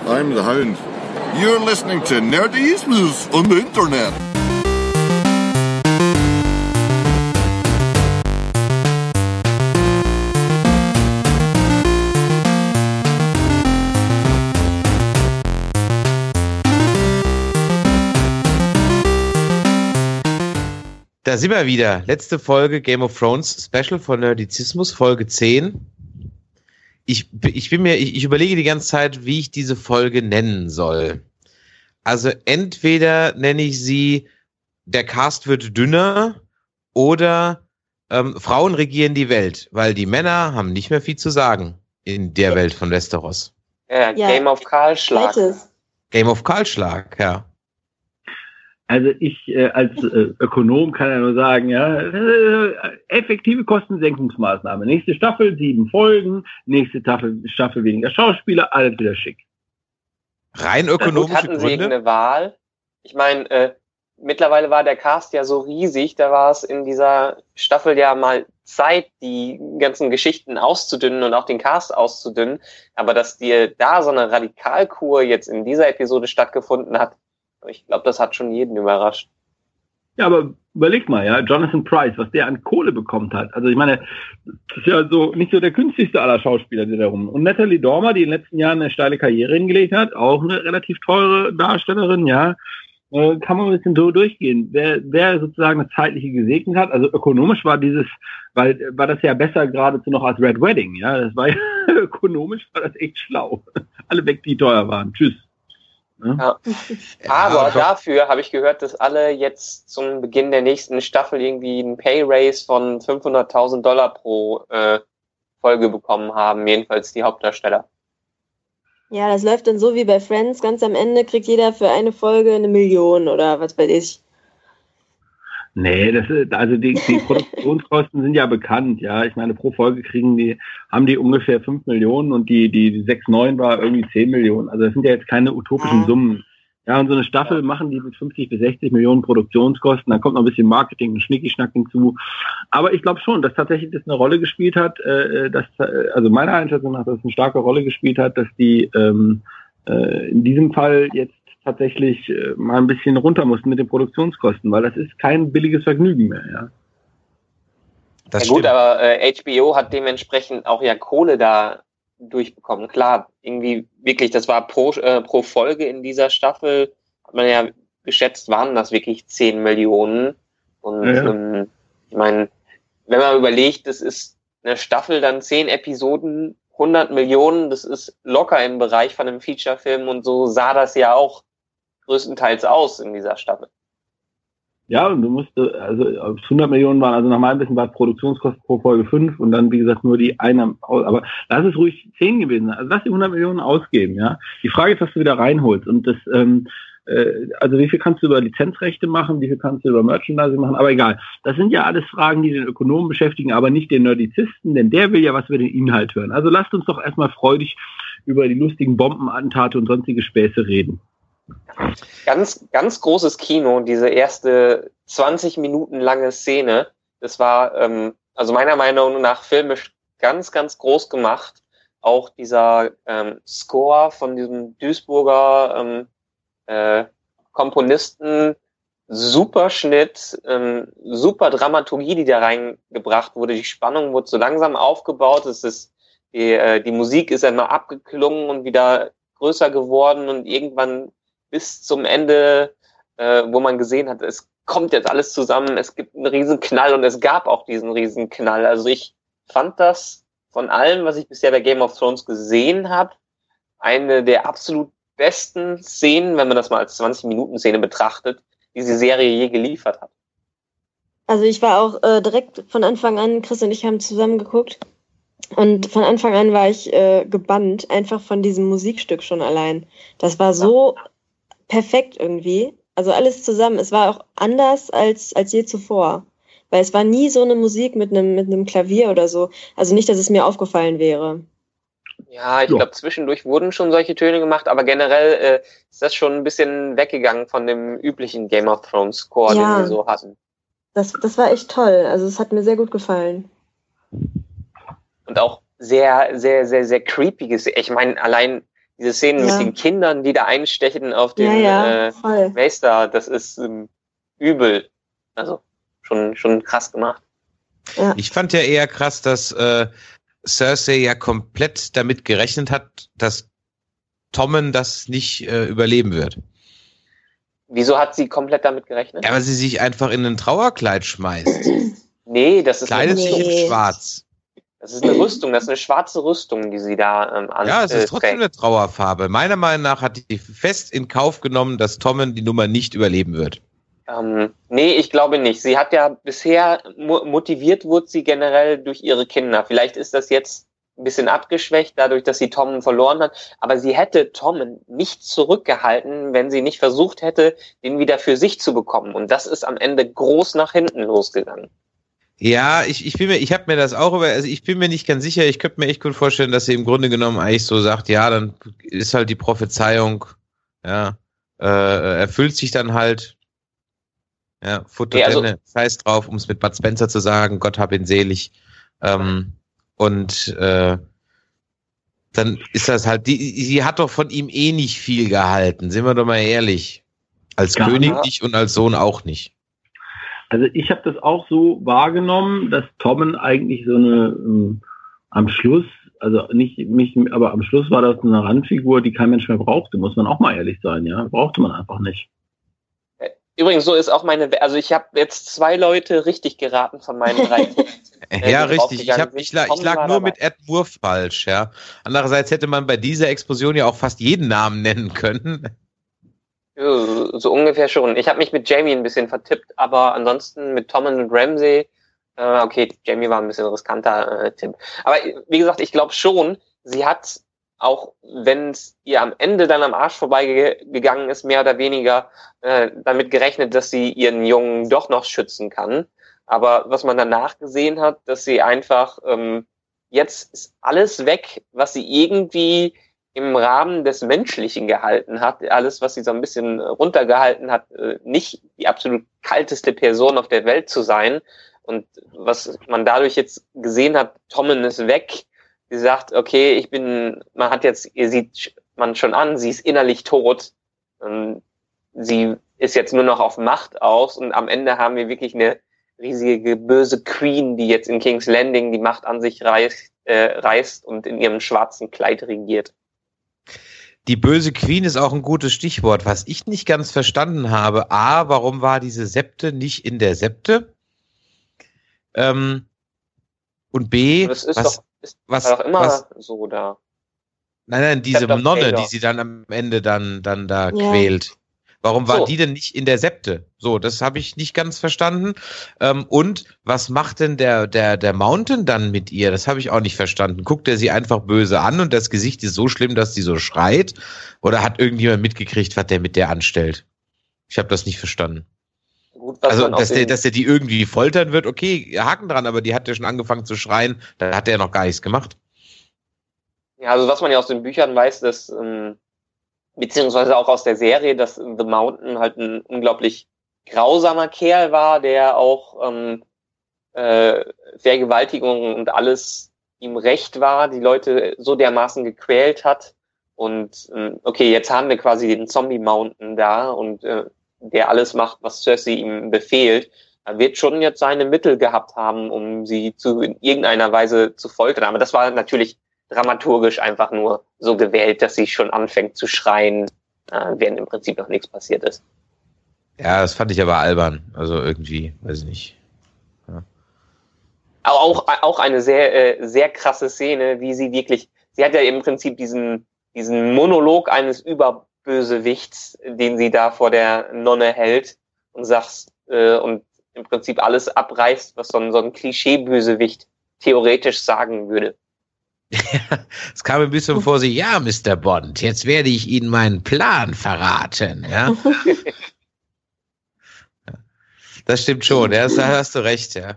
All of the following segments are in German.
I'm the Hound. You're listening to Nerdismus on the Internet. Da sind wir wieder. Letzte Folge Game of Thrones Special von Nerdizismus, Folge 10. Ich überlege die ganze Zeit, wie ich diese Folge nennen soll. Also entweder nenne ich sie Der Cast wird dünner oder Frauen regieren die Welt, weil die Männer haben nicht mehr viel zu sagen in der Welt von Westeros. Ja, Game of Kahlschlag. Game of Kahlschlag, ja. Also ich als Ökonom kann ja nur sagen, ja, effektive Kostensenkungsmaßnahme. Nächste Staffel 7 Folgen, nächste Staffel weniger Schauspieler, alles wieder schick. Rein ökonomische hatten Gründe. Sie eine Wahl? Ich meine, mittlerweile war der Cast ja so riesig, da war es in dieser Staffel ja mal Zeit, die ganzen Geschichten auszudünnen und auch den Cast auszudünnen. Aber dass dir da so eine Radikalkur jetzt in dieser Episode stattgefunden hat, ich glaube, das hat schon jeden überrascht. Ja, aber überleg mal, ja, Jonathan Pryce, was der an Kohle bekommen hat. Also ich meine, das ist ja so nicht so der günstigste aller Schauspieler, die da rum. Und Natalie Dormer, die in den letzten Jahren eine steile Karriere hingelegt hat, auch eine relativ teure Darstellerin, ja, kann man ein bisschen so durchgehen. Wer sozusagen eine zeitliche gesegnet hat, also ökonomisch war das ja besser geradezu noch als Red Wedding, ja, das war ja ökonomisch war das echt schlau. Alle weg, die teuer waren. Tschüss. Ja. Aber dafür habe ich gehört, dass alle jetzt zum Beginn der nächsten Staffel irgendwie einen Pay Raise von $500.000 pro Folge bekommen haben, jedenfalls die Hauptdarsteller. Ja, das läuft dann so wie bei Friends, ganz am Ende kriegt jeder für eine Folge 1 Million oder was weiß ich. Nee, also die Produktionskosten sind ja bekannt, ja. Ich meine, pro Folge haben die ungefähr 5 Millionen und die 6,9 war irgendwie 10 Millionen. Also das sind ja jetzt keine utopischen Summen. Ja, und so eine Staffel machen die mit 50 bis 60 Millionen Produktionskosten. Dann kommt noch ein bisschen Marketing und Schnicki-Schnack hinzu. Aber ich glaube schon, dass tatsächlich das eine Rolle gespielt hat, also meiner Einschätzung nach, dass es eine starke Rolle gespielt hat, dass die in diesem Fall jetzt tatsächlich mal ein bisschen runter mussten mit den Produktionskosten, weil das ist kein billiges Vergnügen mehr, ja. Das ja gut, stimmt. aber HBO hat dementsprechend auch ja Kohle da durchbekommen. Klar, irgendwie wirklich, das war pro Folge in dieser Staffel, hat man ja geschätzt, waren das wirklich 10 Millionen. Und ich meine, wenn man überlegt, das ist eine Staffel, dann 10 Episoden, 100 Millionen, das ist locker im Bereich von einem Featurefilm und so sah das ja auch größtenteils aus in dieser Staffel. Ja, und du musst, also 100 Millionen waren, also nach meinem Wissen war es Produktionskosten pro Folge 5 und dann, wie gesagt, nur die Einnahmen, aber lass es ruhig 10 gewesen sein. Also lass die 100 Millionen ausgeben, ja. Die Frage ist, was du wieder reinholst und das, also wie viel kannst du über Lizenzrechte machen, wie viel kannst du über Merchandising machen, aber egal. Das sind ja alles Fragen, die den Ökonomen beschäftigen, aber nicht den Nerdizisten, denn der will ja was über den Inhalt hören. Also lasst uns doch erstmal freudig über die lustigen Bombenattentate und sonstige Späße reden. Ganz, ganz großes Kino, diese erste 20 Minuten lange Szene, das war, also meiner Meinung nach filmisch ganz, ganz groß gemacht. Auch dieser Score von diesem Duisburger Komponisten, super Schnitt, super Dramaturgie, die da reingebracht wurde. Die Spannung wurde so langsam aufgebaut. Es ist die Musik ist einmal abgeklungen und wieder größer geworden und irgendwann bis zum Ende, wo man gesehen hat, es kommt jetzt alles zusammen, es gibt einen riesen Knall und es gab auch diesen riesen Knall. Also ich fand das von allem, was ich bisher bei Game of Thrones gesehen habe, eine der absolut besten Szenen, wenn man das mal als 20-Minuten-Szene betrachtet, die die Serie je geliefert hat. Also ich war auch direkt von Anfang an, Chris und ich haben zusammen geguckt und von Anfang an war ich gebannt, einfach von diesem Musikstück schon allein. Das war so perfekt irgendwie, also alles zusammen. Es war auch anders als je zuvor, weil es war nie so eine Musik mit einem Klavier oder so. Also nicht, dass es mir aufgefallen wäre. Ja, ich glaube, zwischendurch wurden schon solche Töne gemacht, aber generell ist das schon ein bisschen weggegangen von dem üblichen Game of Thrones Score, den wir so hatten. Das war echt toll. Also es hat mir sehr gut gefallen. Und auch sehr, sehr, sehr, sehr creepy. Ich meine, allein diese Szenen mit den Kindern, die da einstechen auf den Meister, das ist übel. Also schon krass gemacht. Ja. Ich fand ja eher krass, dass Cersei ja komplett damit gerechnet hat, dass Tommen das nicht überleben wird. Wieso hat sie komplett damit gerechnet? Ja, weil sie sich einfach in ein Trauerkleid schmeißt. Nee, das ist Kleidet sich in schwarz. Das ist eine Rüstung, das ist eine schwarze Rüstung, die sie da an. Ja, es ist trotzdem eine Trauerfarbe. Meiner Meinung nach hat die fest in Kauf genommen, dass Tommen die Nummer nicht überleben wird. Nee, ich glaube nicht. Sie hat ja bisher, motiviert wurde sie generell durch ihre Kinder. Vielleicht ist das jetzt ein bisschen abgeschwächt, dadurch, dass sie Tommen verloren hat. Aber sie hätte Tommen nicht zurückgehalten, wenn sie nicht versucht hätte, den wieder für sich zu bekommen. Und das ist am Ende groß nach hinten losgegangen. Ja, ich habe mir das auch also ich bin mir nicht ganz sicher, ich könnte mir echt gut vorstellen, dass sie im Grunde genommen eigentlich so sagt, ja, dann ist halt die Prophezeiung, ja, erfüllt sich dann halt, ja, Futter, scheiß drauf, um es mit Bud Spencer zu sagen, Gott hab ihn selig, und dann ist das halt, sie hat doch von ihm eh nicht viel gehalten, sind wir doch mal ehrlich, als König nicht und als Sohn auch nicht. Also ich habe das auch so wahrgenommen, dass Tommen eigentlich so eine am Schluss, also aber am Schluss war das eine Randfigur, die kein Mensch mehr brauchte, muss man auch mal ehrlich sein, ja, brauchte man einfach nicht. Übrigens, so ist auch also ich habe jetzt 2 Leute richtig geraten von meinen 3. Ja, richtig. Ich lag nur mit Ed Moore falsch, ja. Andererseits hätte man bei dieser Explosion ja auch fast jeden Namen nennen können. So ungefähr schon. Ich habe mich mit Jamie ein bisschen vertippt, aber ansonsten mit Tommen und Ramsay, okay, Jamie war ein bisschen riskanter Tipp. Aber wie gesagt, ich glaube schon, sie hat, auch wenn es ihr am Ende dann am Arsch vorbeigegangen ist, mehr oder weniger damit gerechnet, dass sie ihren Jungen doch noch schützen kann. Aber was man danach gesehen hat, dass sie einfach, jetzt ist alles weg, was sie irgendwie im Rahmen des Menschlichen gehalten hat, alles, was sie so ein bisschen runtergehalten hat, nicht die absolut kalteste Person auf der Welt zu sein. Und was man dadurch jetzt gesehen hat, Tommen ist weg. Sie sagt, okay, ihr sieht man schon an, sie ist innerlich tot. Sie ist jetzt nur noch auf Macht aus und am Ende haben wir wirklich eine riesige böse Queen, die jetzt in King's Landing die Macht an sich reißt und in ihrem schwarzen Kleid regiert. Die böse Queen ist auch ein gutes Stichwort. Was ich nicht ganz verstanden habe, warum war diese Septe nicht in der Septe? Und B, das ist doch immer so da. Nein, diese Nonne, die sie dann am Ende dann da quält. Warum war die denn nicht in der Septe? So, das habe ich nicht ganz verstanden. Und was macht denn der Mountain dann mit ihr? Das habe ich auch nicht verstanden. Guckt er sie einfach böse an und das Gesicht ist so schlimm, dass die so schreit? Oder hat irgendjemand mitgekriegt, was der mit der anstellt? Ich habe das nicht verstanden. Gut, also, dass der die irgendwie foltern wird, okay, Haken dran, aber die hat ja schon angefangen zu schreien, da hat der noch gar nichts gemacht. Ja, also was man ja aus den Büchern weiß, dass beziehungsweise auch aus der Serie, dass The Mountain halt ein unglaublich grausamer Kerl war, der auch Vergewaltigung und alles ihm recht war, die Leute so dermaßen gequält hat. Und okay, jetzt haben wir quasi den Zombie Mountain da und der alles macht, was Cersei ihm befehlt. Er wird schon jetzt seine Mittel gehabt haben, um sie in irgendeiner Weise zu foltern. Aber das war natürlich dramaturgisch einfach nur so gewählt, dass sie schon anfängt zu schreien, während im Prinzip noch nichts passiert ist. Ja, das fand ich aber albern. Also irgendwie, weiß ich nicht. Ja. Auch eine sehr, sehr krasse Szene, wie sie hat ja im Prinzip diesen Monolog eines Überbösewichts, den sie da vor der Nonne hält und und im Prinzip alles abreißt, was so ein Klischee-Bösewicht theoretisch sagen würde. Es kam ein bisschen vor sich, ja, Mr. Bond, jetzt werde ich Ihnen meinen Plan verraten, ja. Das stimmt schon, ja, da hast du recht, ja.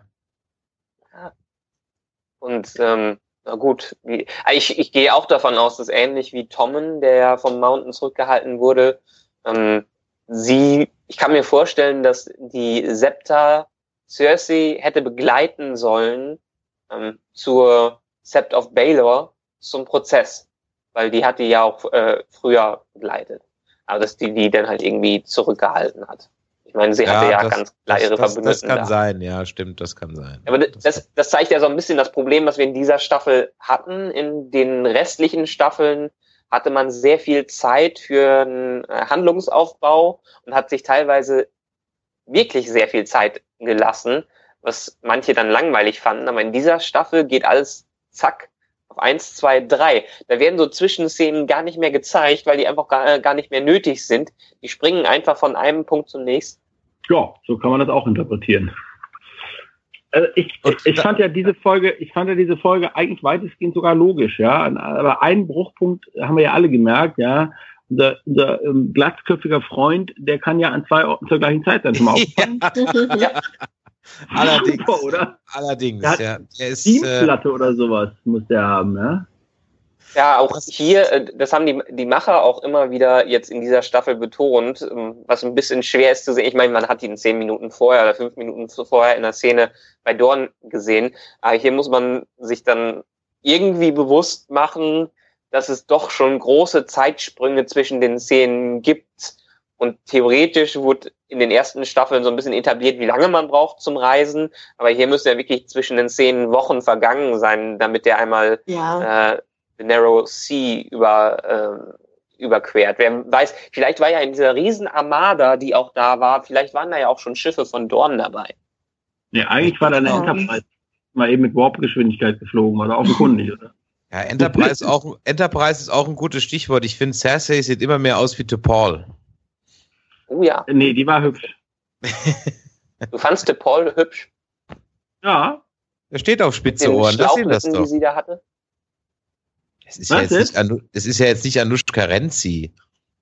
Und, na gut, ich gehe auch davon aus, dass ähnlich wie Tommen, der vom Mountain zurückgehalten wurde, ich kann mir vorstellen, dass die Septa Cersei hätte begleiten sollen zur Sept of Baelor zum Prozess. weil die hat die ja auch früher begleitet. Aber dass die dann halt irgendwie zurückgehalten hat. Ich meine, sie hatte ja ganz klar ihre Verbündeten. Das kann sein, ja, stimmt, das kann sein. Aber das zeigt ja so ein bisschen das Problem, was wir in dieser Staffel hatten. In den restlichen Staffeln hatte man sehr viel Zeit für einen Handlungsaufbau und hat sich teilweise wirklich sehr viel Zeit gelassen, was manche dann langweilig fanden. Aber in dieser Staffel geht alles zack auf 1, 2, 3. Da werden so Zwischenszenen gar nicht mehr gezeigt, weil die einfach gar nicht mehr nötig sind. Die springen einfach von einem Punkt zum nächsten. Ja, so kann man das auch interpretieren. Also ich fand ja diese Folge eigentlich weitestgehend sogar logisch, ja. Aber einen Bruchpunkt haben wir ja alle gemerkt, ja. Unser glatzköpfiger Freund, der kann ja an 2 Orten zur gleichen Zeit dann schon mal aufpassen. Ja. Allerdings, Super, oder? Allerdings, der Der ist Teamplatte oder sowas muss der haben, ja. Ja, auch hier, das haben die Macher auch immer wieder jetzt in dieser Staffel betont, was ein bisschen schwer ist zu sehen. Ich meine, man hat ihn 10 Minuten vorher oder 5 Minuten vorher in der Szene bei Dorn gesehen. Aber hier muss man sich dann irgendwie bewusst machen, dass es doch schon große Zeitsprünge zwischen den Szenen gibt. Und theoretisch wurde in den ersten Staffeln so ein bisschen etabliert, wie lange man braucht zum Reisen. Aber hier müssen ja wirklich zwischen den Szenen Wochen vergangen sein, damit der einmal The Narrow Sea überquert. Wer weiß, vielleicht war ja in dieser riesen Armada, die auch da war, vielleicht waren da ja auch schon Schiffe von Dorn dabei. Nee, eigentlich war da eine Enterprise mal eben mit Warp-Geschwindigkeit geflogen, oder offenkundig, oder? Ja, Enterprise ist auch ein gutes Stichwort. Ich finde, Cersei sieht immer mehr aus wie T'Pol. Oh ja. Nee, die war hübsch. Du fandst T'Pol hübsch? Ja. Er steht auf spitze Den Ohren, lass ihn das Schlauchlücken, doch. die sie da hatte? Es ist ja jetzt nicht Anushka Renzi.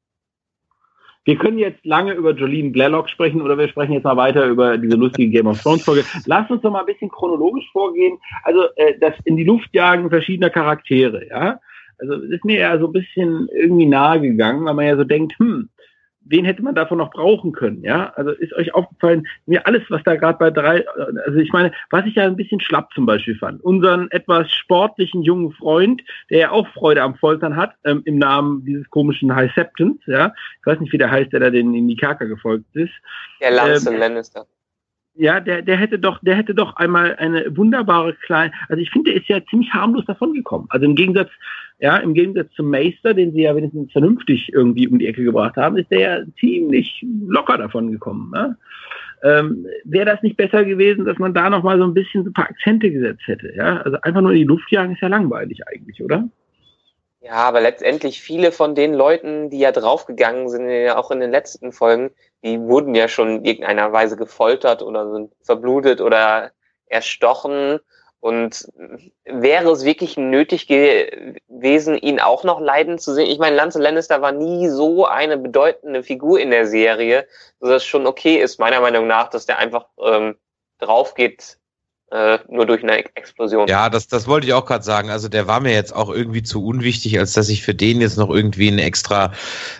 Wir können jetzt lange über Jolene Blalock sprechen oder wir sprechen jetzt mal weiter über diese lustige Game of Thrones Folge. Lass uns doch mal ein bisschen chronologisch vorgehen. Also das in die Luft jagen verschiedener Charaktere, ja. Also es ist mir ja so ein bisschen irgendwie nahe gegangen, weil man ja so denkt, wen hätte man davon noch brauchen können, ja? Also ist euch aufgefallen, mir alles, was da gerade bei 3, also ich meine, was ich ja ein bisschen schlapp zum Beispiel fand, unseren etwas sportlichen jungen Freund, der ja auch Freude am Foltern hat, im Namen dieses komischen High Septons, ja? Ich weiß nicht, wie der heißt, der da in die Kerker gefolgt ist. Der Lance Lannister. Ja, der hätte doch einmal eine wunderbare kleine, also ich finde, der ist ja ziemlich harmlos davon gekommen. Also im Gegensatz zum Meister, den sie ja wenigstens vernünftig irgendwie um die Ecke gebracht haben, ist der ja ziemlich locker davon gekommen. Ne? Wäre das nicht besser gewesen, dass man da noch mal so ein paar Akzente gesetzt hätte? Ja, also einfach nur in die Luft jagen ist ja langweilig eigentlich, oder? Ja, aber letztendlich viele von den Leuten, die ja draufgegangen sind, ja auch in den letzten Folgen, die wurden ja schon in irgendeiner Weise gefoltert oder sind verblutet oder erstochen. Und wäre es wirklich nötig gewesen, ihn auch noch leiden zu sehen? Ich meine, Lance Lannister war nie so eine bedeutende Figur in der Serie, dass es schon okay ist, meiner Meinung nach, dass der einfach drauf geht, nur durch eine Explosion. Ja, das wollte ich auch gerade sagen. Also der war mir jetzt auch irgendwie zu unwichtig, als dass ich für den jetzt noch irgendwie einen extra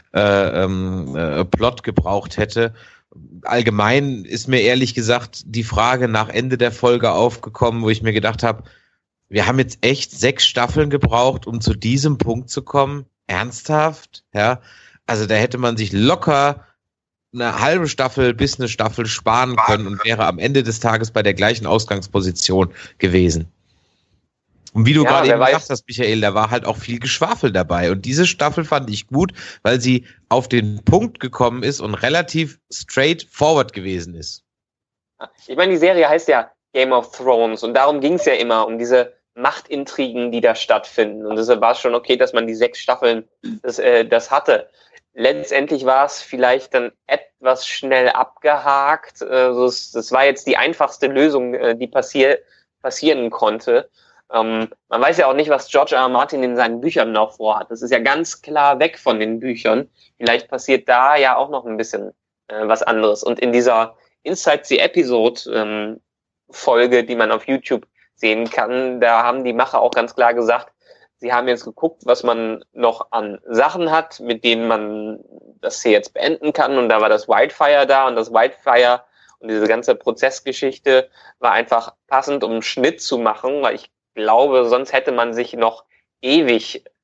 Plot gebraucht hätte. Allgemein ist mir ehrlich gesagt die Frage nach Ende der Folge aufgekommen, wo ich mir gedacht habe, wir haben jetzt echt 6 Staffeln gebraucht, um zu diesem Punkt zu kommen. Ernsthaft? Ja. Also da hätte man sich locker eine halbe Staffel bis eine Staffel sparen können und wäre am Ende des Tages bei der gleichen Ausgangsposition gewesen. Und wie du gerade eben gesagt hast, Michael, da war halt auch viel Geschwafel dabei. Und diese Staffel fand ich gut, weil sie auf den Punkt gekommen ist und relativ straightforward gewesen ist. Ich meine, die Serie heißt ja Game of Thrones und darum ging es ja immer, um diese Machtintrigen, die da stattfinden. Und deshalb war es schon okay, dass man die 6 Staffeln das hatte. Letztendlich war es vielleicht dann etwas schnell abgehakt. Das war jetzt die einfachste Lösung, die passieren konnte. Man weiß ja auch nicht, was George R. R. Martin in seinen Büchern noch vorhat. Das ist ja ganz klar weg von den Büchern. Vielleicht passiert da ja auch noch ein bisschen was anderes. Und in dieser Inside the Episode Folge, die man auf YouTube sehen kann, da haben die Macher auch ganz klar gesagt, sie haben jetzt geguckt, was man noch an Sachen hat, mit denen man das hier jetzt beenden kann. Und da war das Wildfire da und das Wildfire und diese ganze Prozessgeschichte war einfach passend, um einen Schnitt zu machen, weil ich glaube, sonst hätte man sich noch ewig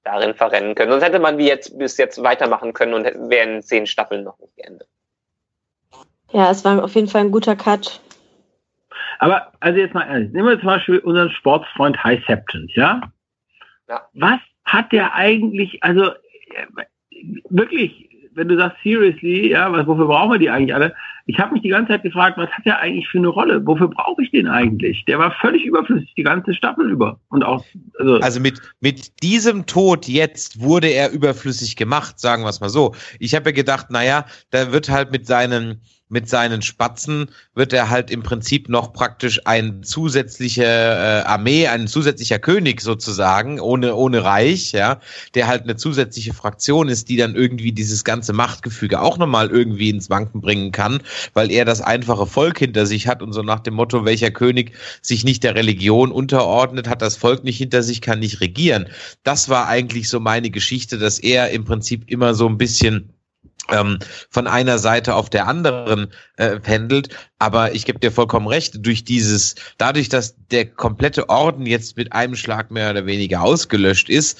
darin verrennen können. Sonst hätte man bis jetzt weitermachen können und wären 10 Staffeln noch nicht geendet. Ja, es war auf jeden Fall ein guter Cut. Aber, also jetzt mal ehrlich, nehmen wir zum Beispiel unseren Sportsfreund High Septons, ja? Ja. Was hat der eigentlich, also wirklich, wenn du sagst seriously, ja, wofür brauchen wir die eigentlich alle? Ich habe mich die ganze Zeit gefragt, was hat der eigentlich für eine Rolle? Wofür brauche ich den eigentlich? Der war völlig überflüssig die ganze Staffel über. Und auch, also mit diesem Tod jetzt wurde er überflüssig gemacht, sagen wir es mal so. Ich habe ja gedacht, naja, da wird halt mit seinen Spatzen wird er halt im Prinzip noch praktisch eine zusätzliche Armee, ein zusätzlicher König sozusagen, ohne Reich, ja, der halt eine zusätzliche Fraktion ist, die dann irgendwie dieses ganze Machtgefüge auch nochmal irgendwie ins Wanken bringen kann, weil er das einfache Volk hinter sich hat und so nach dem Motto, welcher König sich nicht der Religion unterordnet, hat das Volk nicht hinter sich, kann nicht regieren. Das war eigentlich so meine Geschichte, dass er im Prinzip immer so ein bisschen von einer Seite auf der anderen pendelt, aber ich gebe dir vollkommen recht, dadurch, dass der komplette Orden jetzt mit einem Schlag mehr oder weniger ausgelöscht ist,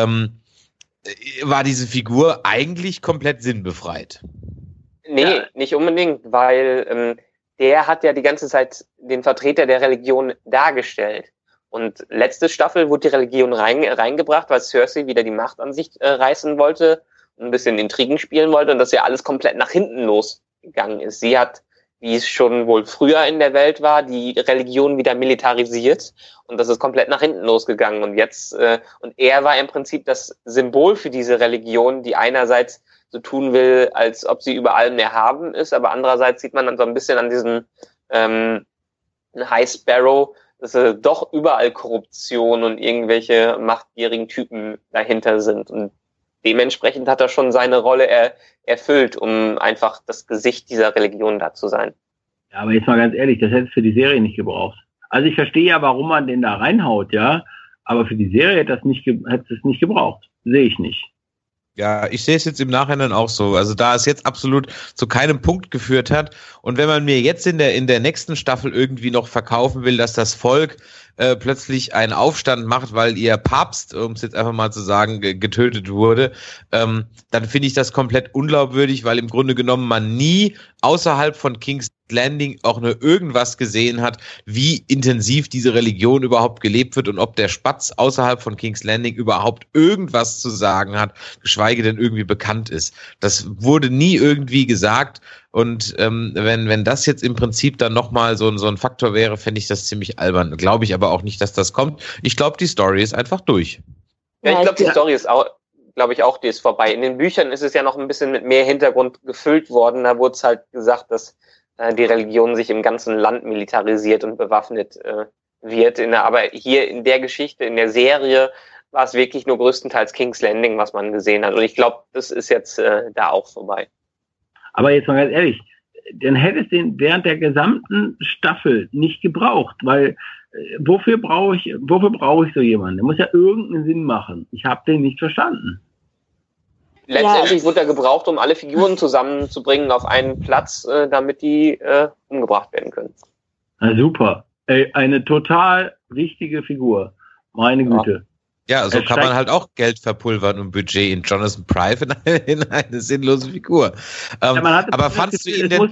war diese Figur eigentlich komplett sinnbefreit. Nee, nicht unbedingt, weil der hat ja die ganze Zeit den Vertreter der Religion dargestellt. Und letzte Staffel wurde die Religion reingebracht, weil Cersei wieder die Macht an sich reißen wollte, ein bisschen Intrigen spielen wollte und dass ja alles komplett nach hinten losgegangen ist. Sie hat, wie es schon wohl früher in der Welt war, die Religion wieder militarisiert und das ist komplett nach hinten losgegangen. Und jetzt, und er war im Prinzip das Symbol für diese Religion, die einerseits so tun will, als ob sie über allem erhaben ist, aber andererseits sieht man dann so ein bisschen an diesem High Sparrow, dass doch überall Korruption und irgendwelche machtgierigen Typen dahinter sind. Und dementsprechend hat er schon seine Rolle erfüllt, um einfach das Gesicht dieser Religion da zu sein. Ja, aber jetzt mal ganz ehrlich, das hätte es für die Serie nicht gebraucht. Also ich verstehe ja, warum man den da reinhaut, ja, aber für die Serie hätte es nicht gebraucht. Sehe ich nicht. Ja, ich sehe es jetzt im Nachhinein auch so. Also da es jetzt absolut zu keinem Punkt geführt hat und wenn man mir jetzt in der nächsten Staffel irgendwie noch verkaufen will, dass das Volk plötzlich einen Aufstand macht, weil ihr Papst, um es jetzt einfach mal zu sagen, getötet wurde, dann finde ich das komplett unglaubwürdig, weil im Grunde genommen man nie außerhalb von King's Landing auch nur irgendwas gesehen hat, wie intensiv diese Religion überhaupt gelebt wird und ob der Spatz außerhalb von King's Landing überhaupt irgendwas zu sagen hat, geschweige denn irgendwie bekannt ist. Das wurde nie irgendwie gesagt und wenn das jetzt im Prinzip dann nochmal so ein Faktor wäre, fände ich das ziemlich albern. Glaube ich aber auch nicht, dass das kommt. Ich glaube, die Story ist einfach durch. Ja, ich glaube, die Story ist auch, glaube ich auch, die ist vorbei. In den Büchern ist es ja noch ein bisschen mit mehr Hintergrund gefüllt worden. Da wurde es halt gesagt, dass die Religion sich im ganzen Land militarisiert und bewaffnet wird. Aber hier in der Geschichte, in der Serie, war es wirklich nur größtenteils King's Landing, was man gesehen hat. Und ich glaube, das ist jetzt da auch vorbei. Aber jetzt mal ganz ehrlich, dann hätte es den während der gesamten Staffel nicht gebraucht, weil wofür brauche ich so jemanden? Der muss ja irgendeinen Sinn machen. Ich habe den nicht verstanden. Letztendlich wurde er gebraucht, um alle Figuren zusammenzubringen auf einen Platz, damit die umgebracht werden können. Na super. Ey, eine total wichtige Figur. Meine Güte. Ja, so kann man halt auch Geld verpulvern und Budget in Jonathan Pryce in eine sinnlose Figur. Aber findest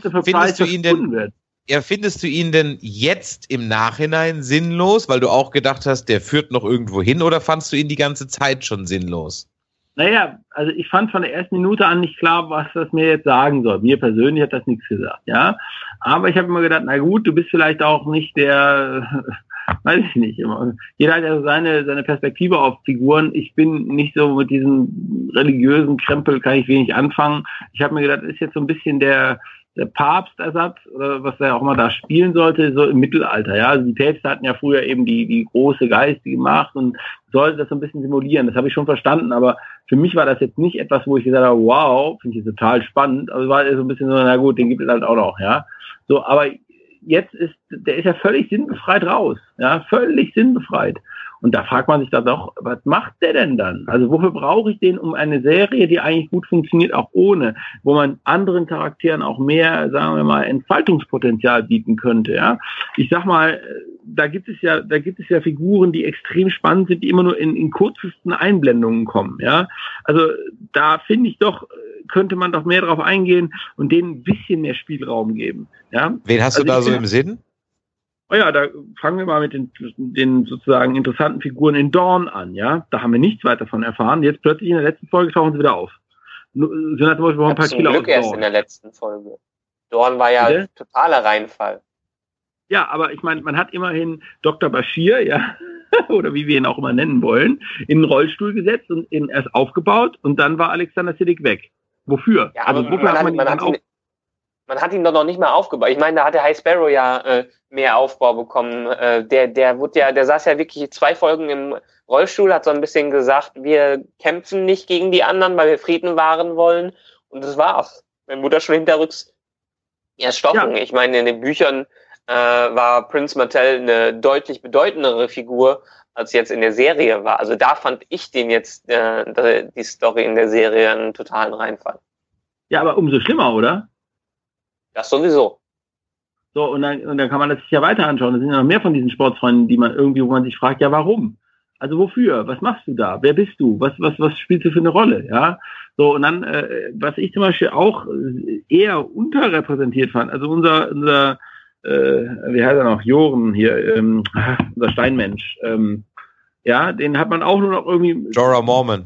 du ihn denn jetzt im Nachhinein sinnlos, weil du auch gedacht hast, der führt noch irgendwo hin, oder fandst du ihn die ganze Zeit schon sinnlos? Naja, also ich fand von der ersten Minute an nicht klar, was das mir jetzt sagen soll. Mir persönlich hat das nichts gesagt, ja. Aber ich habe immer gedacht, na gut, du bist vielleicht auch nicht der, weiß ich nicht immer. Jeder hat ja seine Perspektive auf Figuren. Ich bin nicht so mit diesem religiösen Krempel, kann ich wenig anfangen. Ich habe mir gedacht, das ist jetzt so ein bisschen der Papstersatz oder was er auch immer da spielen sollte, so im Mittelalter, ja. Also die Päpste hatten ja früher eben die große geistige Macht und sollte das so ein bisschen simulieren. Das habe ich schon verstanden, aber für mich war das jetzt nicht etwas, wo ich gesagt habe, wow, finde ich total spannend. Aber es war so ein bisschen so, na gut, den gibt es halt auch noch, ja. So, aber der ist ja völlig sinnbefreit raus, ja, völlig sinnbefreit. Und da fragt man sich dann doch, was macht der denn dann? Also wofür brauche ich den, um eine Serie, die eigentlich gut funktioniert, auch ohne, wo man anderen Charakteren auch mehr, sagen wir mal, Entfaltungspotenzial bieten könnte, ja? Ich sag mal, da gibt es ja Figuren, die extrem spannend sind, die immer nur in kürzesten Einblendungen kommen, ja? Also da finde ich doch, könnte man doch mehr drauf eingehen und denen ein bisschen mehr Spielraum geben, ja? Wen hast du da so im Sinn? Oh ja, da fangen wir mal mit den sozusagen interessanten Figuren in Dawn an, ja. Da haben wir nichts weiter davon erfahren. Jetzt plötzlich in der letzten Folge tauchen sie wieder auf. Sind zum Beispiel ein paar Killer aus Glück erst in der letzten Folge. Dawn war ja totaler Reinfall. Ja, aber ich meine, man hat immerhin Dr. Bashir, ja, oder wie wir ihn auch immer nennen wollen, in einen Rollstuhl gesetzt und ihn erst aufgebaut und dann war Alexander Siddig weg. Wofür? Ja, aber man hat ihn doch noch nicht mal aufgebaut. Ich meine, da hat der High Sparrow ja mehr Aufbau bekommen. Der saß ja wirklich 2 Folgen im Rollstuhl, hat so ein bisschen gesagt, wir kämpfen nicht gegen die anderen, weil wir Frieden wahren wollen. Und das war's. Dann wurde er schon hinterrücks erstochen. Ja. Ich meine, in den Büchern war Prince Martell eine deutlich bedeutendere Figur, als jetzt in der Serie war. Also da fand ich den jetzt, die Story in der Serie einen totalen Reinfall. Ja, aber umso schlimmer, oder? Das sowieso. So, und dann kann man das sich ja weiter anschauen. Da sind ja noch mehr von diesen Sportsfreunden, wo man sich fragt, ja, warum? Also wofür? Was machst du da? Wer bist du? Was spielst du für eine Rolle? Ja, so, und dann, was ich zum Beispiel auch eher unterrepräsentiert fand, also unser wie heißt er noch? Joren hier, unser Steinmensch, ja, den hat man auch nur noch irgendwie... Jorah Mormont,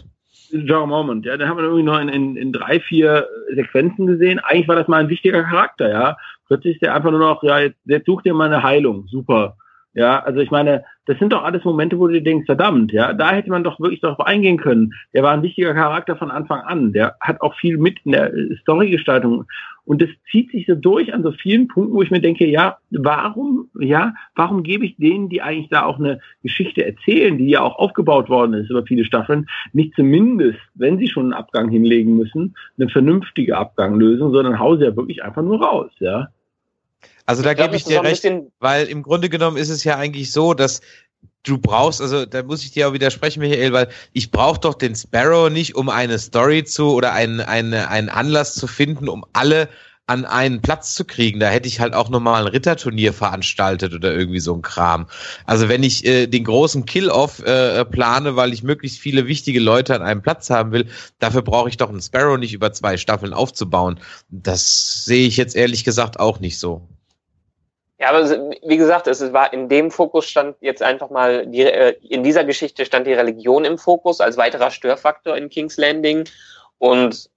ja, den haben wir irgendwie nur in 3, 4 Sequenzen gesehen. Eigentlich war das mal ein wichtiger Charakter, ja. Plötzlich ist der einfach nur noch, ja, jetzt sucht ihr mal eine Heilung, super. Ja, also ich meine, das sind doch alles Momente, wo du dir denkst, verdammt, ja, da hätte man doch wirklich darauf eingehen können. Der war ein wichtiger Charakter von Anfang an. Der hat auch viel mit in der Storygestaltung. Und das zieht sich so durch an so vielen Punkten, wo ich mir denke, warum gebe ich denen, die eigentlich da auch eine Geschichte erzählen, die ja auch aufgebaut worden ist über viele Staffeln, nicht zumindest, wenn sie schon einen Abgang hinlegen müssen, eine vernünftige Abganglösung, sondern hauen sie ja wirklich einfach nur raus, ja. Also da gebe ich dir recht, weil im Grunde genommen ist es ja eigentlich so, dass du brauchst, also da muss ich dir auch widersprechen, Michael, weil ich brauche doch den Sparrow nicht, um eine Story oder einen Anlass zu finden, um alle an einen Platz zu kriegen. Da hätte ich halt auch nochmal ein Ritterturnier veranstaltet oder irgendwie so ein Kram. Also wenn ich den großen Kill-Off plane, weil ich möglichst viele wichtige Leute an einem Platz haben will, dafür brauche ich doch einen Sparrow nicht über 2 Staffeln aufzubauen. Das sehe ich jetzt ehrlich gesagt auch nicht so. Ja, aber wie gesagt, es war in dem Fokus stand jetzt einfach mal, in dieser Geschichte stand die Religion im Fokus als weiterer Störfaktor in King's Landing und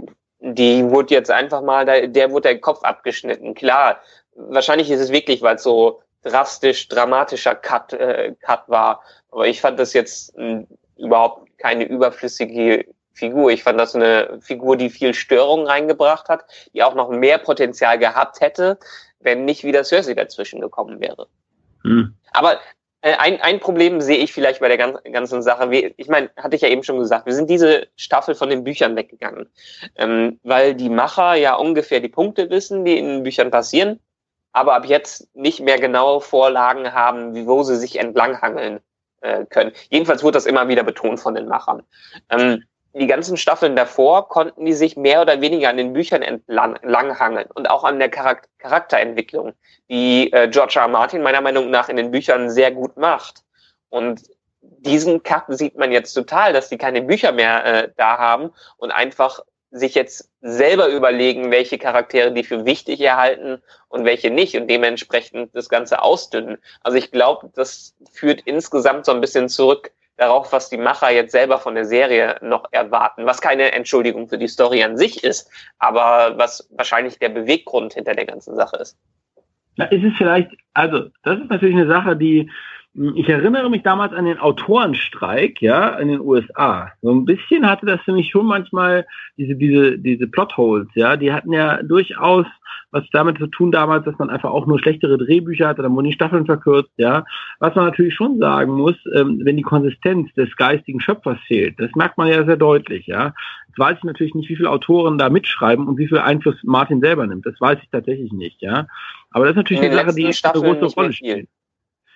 die wurde jetzt einfach mal, der wurde der Kopf abgeschnitten. Klar, wahrscheinlich ist es wirklich, weil es so dramatischer Cut war, aber ich fand das jetzt überhaupt keine überflüssige Figur. Ich fand das eine Figur, die viel Störung reingebracht hat, die auch noch mehr Potenzial gehabt hätte, wenn nicht wieder Cersei dazwischen gekommen wäre. Aber ein Problem sehe ich vielleicht bei der ganzen Sache. Ich meine, hatte ich ja eben schon gesagt, wir sind diese Staffel von den Büchern weggegangen, weil die Macher ja ungefähr die Punkte wissen, die in den Büchern passieren, aber ab jetzt nicht mehr genaue Vorlagen haben, wo sie sich entlanghangeln können. Jedenfalls wurde das immer wieder betont von den Machern. Die ganzen Staffeln davor konnten die sich mehr oder weniger an den Büchern entlanghangeln und auch an der Charakterentwicklung, die George R. R. Martin meiner Meinung nach in den Büchern sehr gut macht. Und diesen Cut sieht man jetzt total, dass die keine Bücher mehr da haben und einfach sich jetzt selber überlegen, welche Charaktere die für wichtig erhalten und welche nicht und dementsprechend das Ganze ausdünnen. Also ich glaube, das führt insgesamt so ein bisschen zurück darauf, was die Macher jetzt selber von der Serie noch erwarten, was keine Entschuldigung für die Story an sich ist, aber was wahrscheinlich der Beweggrund hinter der ganzen Sache ist. Na, ist es vielleicht, also das ist natürlich eine Sache, ich erinnere mich damals an den Autorenstreik, ja, in den USA. So ein bisschen hatte das für mich schon manchmal diese Plotholes, ja, die hatten ja durchaus was damit zu tun damals, dass man einfach auch nur schlechtere Drehbücher hatte, dann wurden die Staffeln verkürzt, ja. Was man natürlich schon sagen muss, wenn die Konsistenz des geistigen Schöpfers fehlt, das merkt man ja sehr deutlich, ja. Jetzt weiß ich natürlich nicht, wie viele Autoren da mitschreiben und wie viel Einfluss Martin selber nimmt. Das weiß ich tatsächlich nicht, ja. Aber das ist natürlich eine Sache, die eine große Rolle spielt.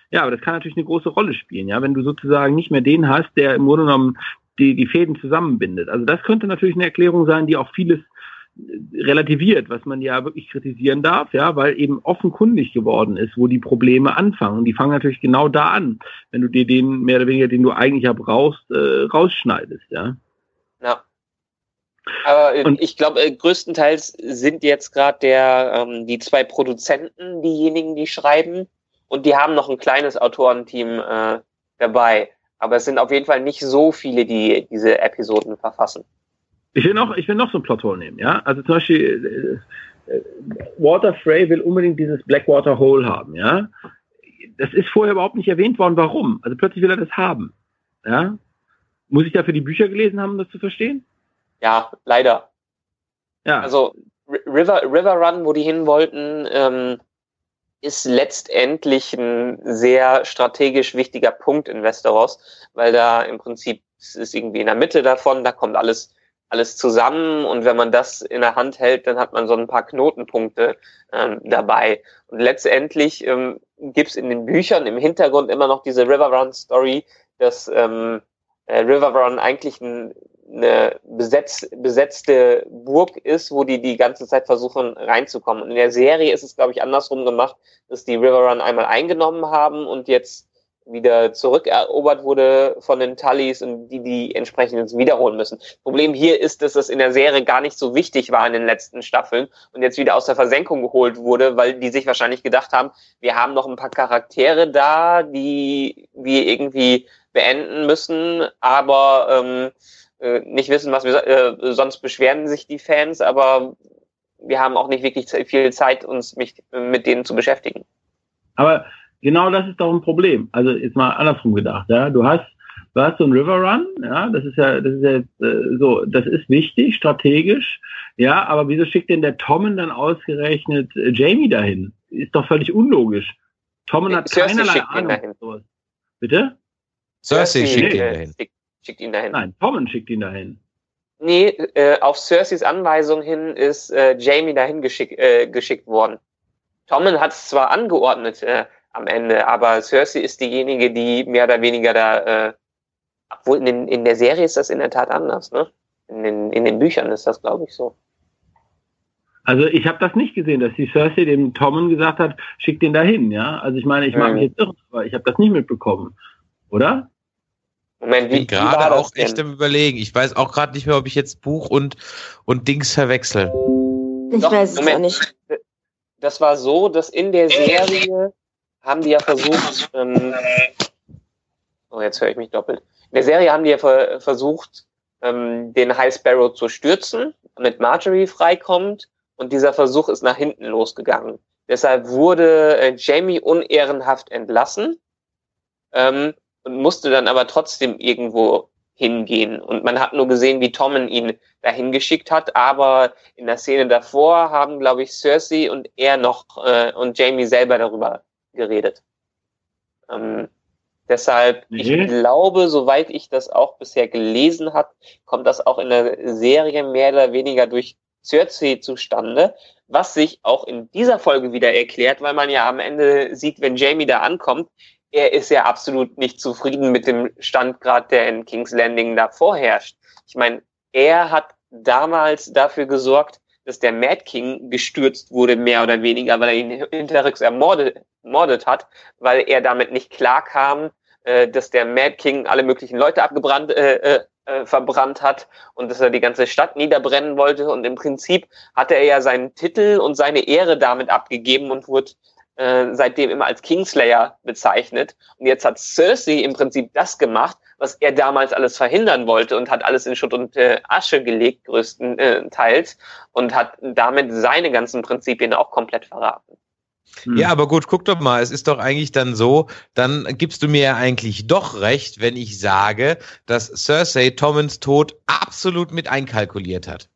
Ja, aber das kann natürlich eine große Rolle spielen, ja, wenn du sozusagen nicht mehr den hast, der im Grunde genommen die Fäden zusammenbindet. Also das könnte natürlich eine Erklärung sein, die auch vieles relativiert, was man ja wirklich kritisieren darf, ja, weil eben offenkundig geworden ist, wo die Probleme anfangen. Und die fangen natürlich genau da an, wenn du dir den mehr oder weniger, den du eigentlich ja brauchst, rausschneidest, ja. Ja. Aber ich glaube, größtenteils sind jetzt gerade die 2 Produzenten diejenigen, die schreiben, und die haben noch ein kleines Autorenteam dabei. Aber es sind auf jeden Fall nicht so viele, die diese Episoden verfassen. Ich will noch so ein Plothole nehmen, ja. Also zum Beispiel Walter Frey will unbedingt dieses Blackwater Hole haben, ja. Das ist vorher überhaupt nicht erwähnt worden. Warum? Also plötzlich will er das haben, ja. Muss ich dafür die Bücher gelesen haben, um das zu verstehen? Ja, leider. Ja. Also River Run, wo die hin wollten, ist letztendlich ein sehr strategisch wichtiger Punkt in Westeros, weil da im Prinzip, es ist irgendwie in der Mitte davon, da kommt alles zusammen, und wenn man das in der Hand hält, dann hat man so ein paar Knotenpunkte dabei. Und letztendlich gibt's in den Büchern im Hintergrund immer noch diese River Run Story, dass River Run eigentlich eine besetzte Burg ist, wo die ganze Zeit versuchen reinzukommen. Und in der Serie ist es, glaube ich, andersrum gemacht, dass die River Run einmal eingenommen haben und jetzt wieder zurückerobert wurde von den Tullys und die entsprechend jetzt wiederholen müssen. Problem hier ist, dass das in der Serie gar nicht so wichtig war in den letzten Staffeln und jetzt wieder aus der Versenkung geholt wurde, weil die sich wahrscheinlich gedacht haben, wir haben noch ein paar Charaktere da, die wir irgendwie beenden müssen, aber nicht wissen, was wir sonst beschweren sich die Fans, aber wir haben auch nicht wirklich viel Zeit, uns mit denen zu beschäftigen. Aber genau das ist doch ein Problem. Also jetzt mal andersrum gedacht, ja, du hast so einen River Run, ja, das ist jetzt so, das ist wichtig, strategisch, ja, aber wieso schickt denn der Tommen dann ausgerechnet Jaime dahin? Ist doch völlig unlogisch. Tommen hat keinerlei Ahnung. Sowas. Bitte? Cersei schickt ihn dahin. Schickt ihn dahin. Nein, Tommen schickt ihn dahin. Nee, auf Cerseis Anweisung hin ist Jaime dahin geschickt worden. Tommen hat es zwar angeordnet am Ende, aber Cersei ist diejenige, die mehr oder weniger da, obwohl in der Serie ist das in der Tat anders, ne? In den Büchern ist das, glaube ich, so. Also ich habe das nicht gesehen, dass die Cersei dem Tommen gesagt hat, schick den dahin, ja. Also ich meine, ich mag mich jetzt irren, aber ich habe das nicht mitbekommen, oder? Moment, ich bin gerade auch echt am Überlegen. Ich weiß auch gerade nicht mehr, ob ich jetzt Buch und Dings verwechsel. Ich weiß es auch nicht. Das war so, dass in der Serie haben die ja versucht, jetzt höre ich mich doppelt. In der Serie haben die ja versucht, den High Sparrow zu stürzen, damit Marjorie freikommt, und dieser Versuch ist nach hinten losgegangen. Deshalb wurde Jaime unehrenhaft entlassen, und musste dann aber trotzdem irgendwo hingehen. Und man hat nur gesehen, wie Tommen ihn dahin geschickt hat, aber in der Szene davor haben, glaube ich, Cersei und er noch und Jaime selber darüber geredet. Deshalb, ich glaube, soweit ich das auch bisher gelesen habe, kommt das auch in der Serie mehr oder weniger durch Cersei zustande, was sich auch in dieser Folge wieder erklärt, weil man ja am Ende sieht, wenn Jaime da ankommt, er ist ja absolut nicht zufrieden mit dem Standgrad, der in King's Landing da vorherrscht. Ich meine, er hat damals dafür gesorgt, dass der Mad King gestürzt wurde, mehr oder weniger, weil er ihn hinterrücks ermordet hat, weil er damit nicht klarkam, dass der Mad King alle möglichen Leute verbrannt hat und dass er die ganze Stadt niederbrennen wollte. Und im Prinzip hatte er ja seinen Titel und seine Ehre damit abgegeben und wurde seitdem immer als Kingslayer bezeichnet. Und jetzt hat Cersei im Prinzip das gemacht, was er damals alles verhindern wollte, und hat alles in Schutt und Asche gelegt, größtenteils, und hat damit seine ganzen Prinzipien auch komplett verraten. Ja, aber gut, guck doch mal, es ist doch eigentlich dann so, dann gibst du mir ja eigentlich doch recht, wenn ich sage, dass Cersei Tommens Tod absolut mit einkalkuliert hat.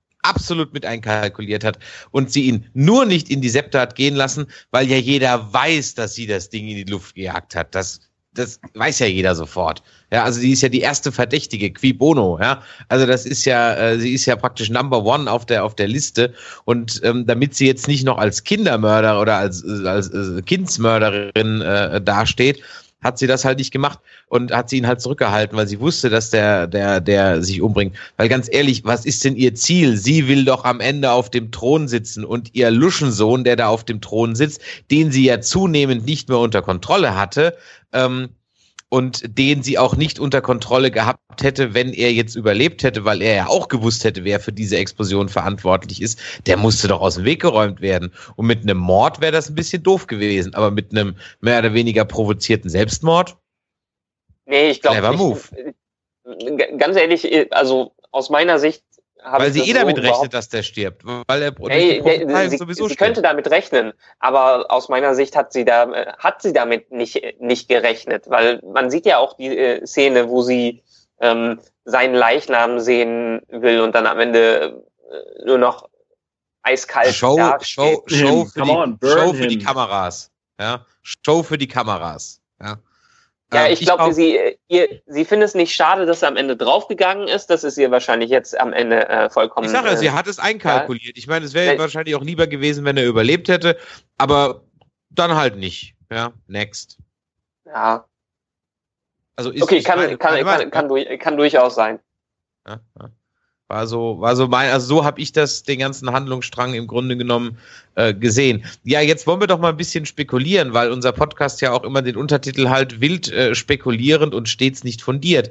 Und sie ihn nur nicht in die Septa hat gehen lassen, weil ja jeder weiß, dass sie das Ding in die Luft gejagt hat. Das das weiß ja jeder sofort. Ja, also die ist ja die erste Verdächtige, qui bono, ja. Also das ist ja, sie ist ja praktisch Number One auf der Liste. Und damit sie jetzt nicht noch als Kindermörder oder als Kindsmörderin dasteht, hat sie das halt nicht gemacht und hat sie ihn halt zurückgehalten, weil sie wusste, dass der sich umbringt. Weil ganz ehrlich, was ist denn ihr Ziel? Sie will doch am Ende auf dem Thron sitzen und ihr Luschensohn, der da auf dem Thron sitzt, den sie ja zunehmend nicht mehr unter Kontrolle hatte, und den sie auch nicht unter Kontrolle gehabt hätte, wenn er jetzt überlebt hätte, weil er ja auch gewusst hätte, wer für diese Explosion verantwortlich ist, der musste doch aus dem Weg geräumt werden. Und mit einem Mord wäre das ein bisschen doof gewesen, aber mit einem mehr oder weniger provozierten Selbstmord? Nee, ich glaube Clever Move. Ganz ehrlich, also aus meiner Sicht weil sie damit rechnet, dass der stirbt. Weil er sie könnte damit rechnen, aber aus meiner Sicht hat sie damit nicht gerechnet, weil man sieht ja auch die Szene, wo sie seinen Leichnam sehen will und dann am Ende nur noch eiskalt Show für die Kameras. Ja, Show für die Kameras. Ja. Ja, ich glaube, sie findet es nicht schade, dass er am Ende draufgegangen ist. Das ist ihr wahrscheinlich jetzt am Ende vollkommen... Ich sage ja, sie hat es einkalkuliert. Ich meine, es wäre wahrscheinlich auch lieber gewesen, wenn er überlebt hätte, aber dann halt nicht. Ja, next. Ja. Also ist okay, kann durchaus sein. Ja. War so mein, also so habe ich den ganzen Handlungsstrang im Grunde genommen gesehen. Ja, jetzt wollen wir doch mal ein bisschen spekulieren, weil unser Podcast ja auch immer den Untertitel halt wild spekulierend und stets nicht fundiert.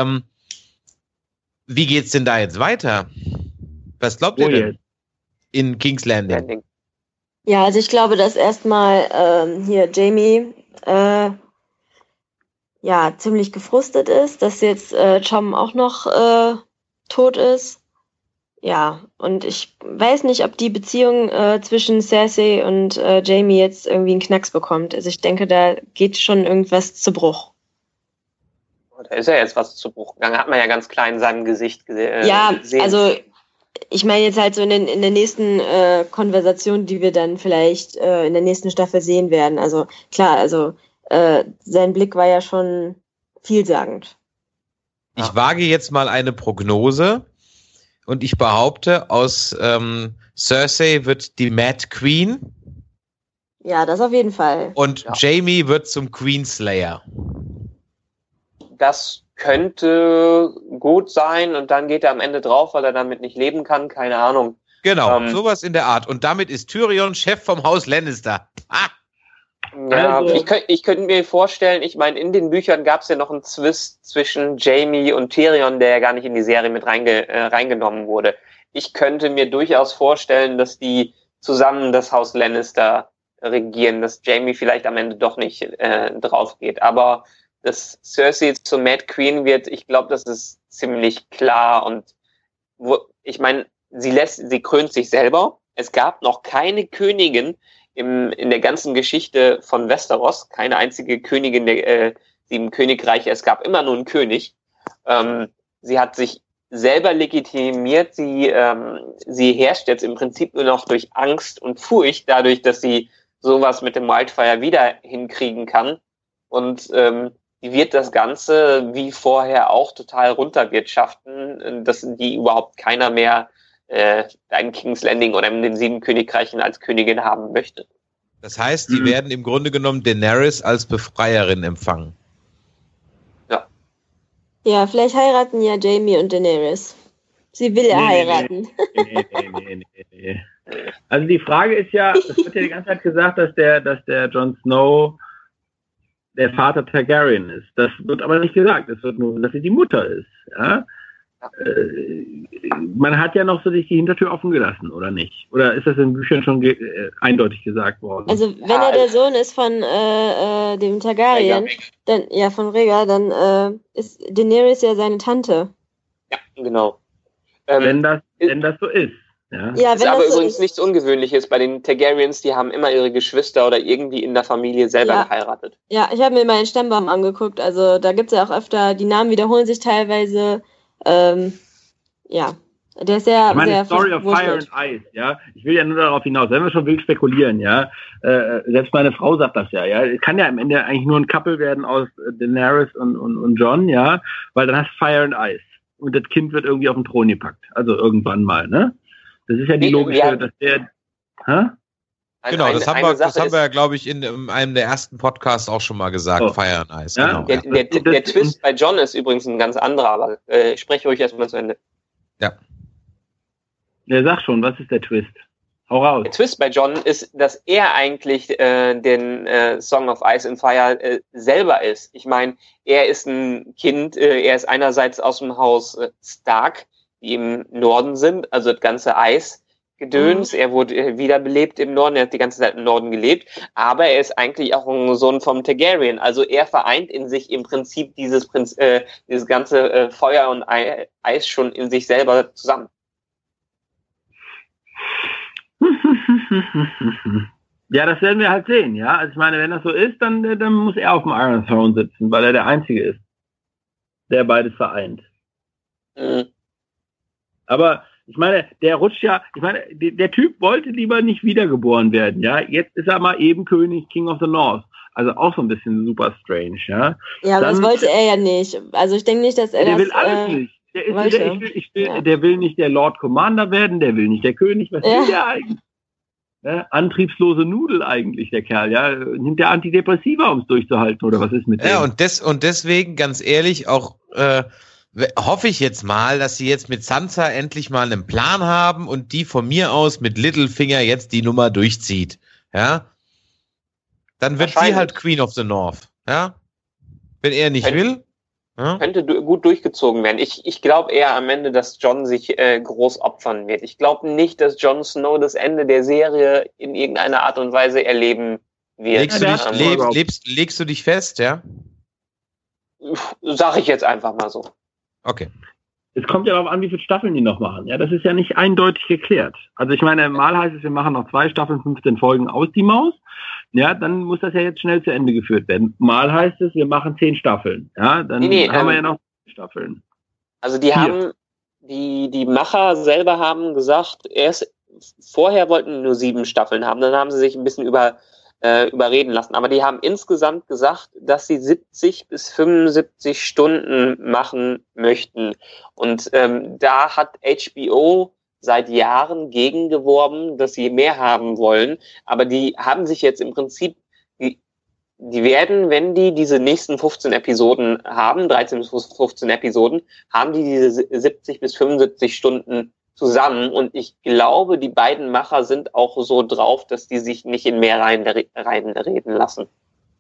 Wie geht's denn da jetzt weiter? Was glaubt ihr denn in King's Landing? Ja, also ich glaube, dass erstmal hier Jamie ziemlich gefrustet ist, dass jetzt Chom auch noch tot ist. Ja, und ich weiß nicht, ob die Beziehung zwischen Cersei und Jamie jetzt irgendwie einen Knacks bekommt. Also ich denke, da geht schon irgendwas zu Bruch. Da ist ja jetzt was zu Bruch gegangen. Hat man ja ganz klein in seinem Gesicht gesehen. Also ich meine jetzt halt so in der nächsten Konversation, die wir dann vielleicht in der nächsten Staffel sehen werden. Also klar, also sein Blick war ja schon vielsagend. Ich wage jetzt mal eine Prognose und ich behaupte, aus Cersei wird die Mad Queen. Ja, das auf jeden Fall. Und Jamie wird zum Queenslayer. Das könnte gut sein und dann geht er am Ende drauf, weil er damit nicht leben kann, keine Ahnung. Genau, sowas in der Art. Und damit ist Tyrion Chef vom Haus Lannister. Ah! Ja, also, ich könnte mir vorstellen, ich meine, in den Büchern gab es ja noch einen Zwist zwischen Jamie und Tyrion, der ja gar nicht in die Serie mit reingenommen wurde. Ich könnte mir durchaus vorstellen, dass die zusammen das Haus Lannister regieren, dass Jamie vielleicht am Ende doch nicht drauf geht. Aber dass Cersei zur Mad Queen wird, ich glaube, das ist ziemlich klar. Und ich meine, sie krönt sich selber. Es gab noch keine Königin in der ganzen Geschichte von Westeros, keine einzige Königin der 7 Königreiche, es gab immer nur einen König. Sie hat sich selber legitimiert, sie herrscht jetzt im Prinzip nur noch durch Angst und Furcht, dadurch, dass sie sowas mit dem Wildfire wieder hinkriegen kann. Und die wird das Ganze wie vorher auch total runterwirtschaften, dass die überhaupt keiner mehr in King's Landing oder in den 7 Königreichen als Königin haben möchte. Das heißt, die werden im Grunde genommen Daenerys als Befreierin empfangen. Ja. Ja, vielleicht heiraten ja Jamie und Daenerys. Sie will ja heiraten. Nee. Also die Frage ist ja, es wird ja die ganze Zeit gesagt, dass der Jon Snow der Vater Targaryen ist. Das wird aber nicht gesagt. Es wird nur, dass sie die Mutter ist. Ja? Man hat ja noch so sich die Hintertür offen gelassen, oder nicht? Oder ist das in Büchern schon eindeutig gesagt worden? Also wenn er der Sohn ist von dem Targaryen, von Rhaegar, dann ist Daenerys ja seine Tante. Ja, genau. Wenn das so ist. Ja. Ja, das ist aber übrigens nichts Ungewöhnliches bei den Targaryens, die haben immer ihre Geschwister oder irgendwie in der Familie selber geheiratet. Ja, ich habe mir meinen Stammbaum angeguckt, also da gibt es ja auch öfter, die Namen wiederholen sich teilweise, Der ist sehr, ich meine, sehr Story of Fire and Ice, ja. Ich will ja nur darauf hinaus, wenn wir schon wild spekulieren, ja. Selbst meine Frau sagt das ja. Es kann ja am Ende eigentlich nur ein Couple werden aus Daenerys und Jon, ja, weil dann hast du Fire and Ice. Und das Kind wird irgendwie auf den Thron gepackt. Also irgendwann mal, ne? Das ist ja die logische, dass der, Genau, das haben wir ja, glaube ich, in einem der ersten Podcasts auch schon mal gesagt, Fire and Ice. Ja? Genau. Der Twist bei Jon ist übrigens ein ganz anderer, aber ich spreche ruhig erstmal zu Ende. Ja. Der sagt schon, was ist der Twist? Hau raus. Der Twist bei Jon ist, dass er eigentlich den Song of Ice and Fire selber ist. Ich meine, er ist ein Kind, er ist einerseits aus dem Haus Stark, die im Norden sind, also das ganze Eisgedöns. Er wurde wiederbelebt im Norden, er hat die ganze Zeit im Norden gelebt, aber er ist eigentlich auch ein Sohn vom Targaryen. Also er vereint in sich im Prinzip dieses ganze Feuer und Eis schon in sich selber zusammen. Ja, das werden wir halt sehen, ja. Also ich meine, wenn das so ist, dann muss er auf dem Iron Throne sitzen, weil er der Einzige ist, der beides vereint. Mhm. Aber ich meine, der Typ wollte lieber nicht wiedergeboren werden, ja. Jetzt ist er mal eben König, King of the North. Also auch so ein bisschen super strange, ja. Ja, aber das wollte er ja nicht. Also ich denke nicht, dass er der will alles nicht. Der will nicht der Lord Commander werden, der will nicht der König. Was will der eigentlich? Ja, antriebslose Nudel eigentlich, der Kerl. Ja, nimmt der Antidepressiva, um es durchzuhalten, oder was ist mit dem? Ja, und deswegen, ganz ehrlich, auch hoffe ich jetzt mal, dass sie jetzt mit Sansa endlich mal einen Plan haben und die von mir aus mit Littlefinger jetzt die Nummer durchzieht. Ja, dann wird sie halt Queen of the North. Ja, wenn er nicht will. Ja? Könnte gut durchgezogen werden. Ich glaube eher am Ende, dass Jon sich groß opfern wird. Ich glaube nicht, dass Jon Snow das Ende der Serie in irgendeiner Art und Weise erleben wird. Legst du dich fest, ja? Sag ich jetzt einfach mal so. Okay. Es kommt ja darauf an, wie viele Staffeln die noch machen. Ja, das ist ja nicht eindeutig geklärt. Also ich meine, mal heißt es, wir machen noch 2 Staffeln, 15 Folgen aus die Maus. Ja, dann muss das ja jetzt schnell zu Ende geführt werden. Mal heißt es, wir machen 10 Staffeln. Ja, dann haben wir ja noch 10 Staffeln. Also die Macher selber haben gesagt, vorher wollten nur 7 Staffeln haben, dann haben sie sich ein bisschen überreden lassen. Aber die haben insgesamt gesagt, dass sie 70 bis 75 Stunden machen möchten. Und da hat HBO seit Jahren gegengeworben, dass sie mehr haben wollen. Aber die haben sich jetzt im Prinzip, die werden, wenn die diese nächsten 15 Episoden haben, 13 bis 15 Episoden, haben die diese 70 bis 75 Stunden zusammen. Und ich glaube, die beiden Macher sind auch so drauf, dass die sich nicht in mehr reinreden lassen.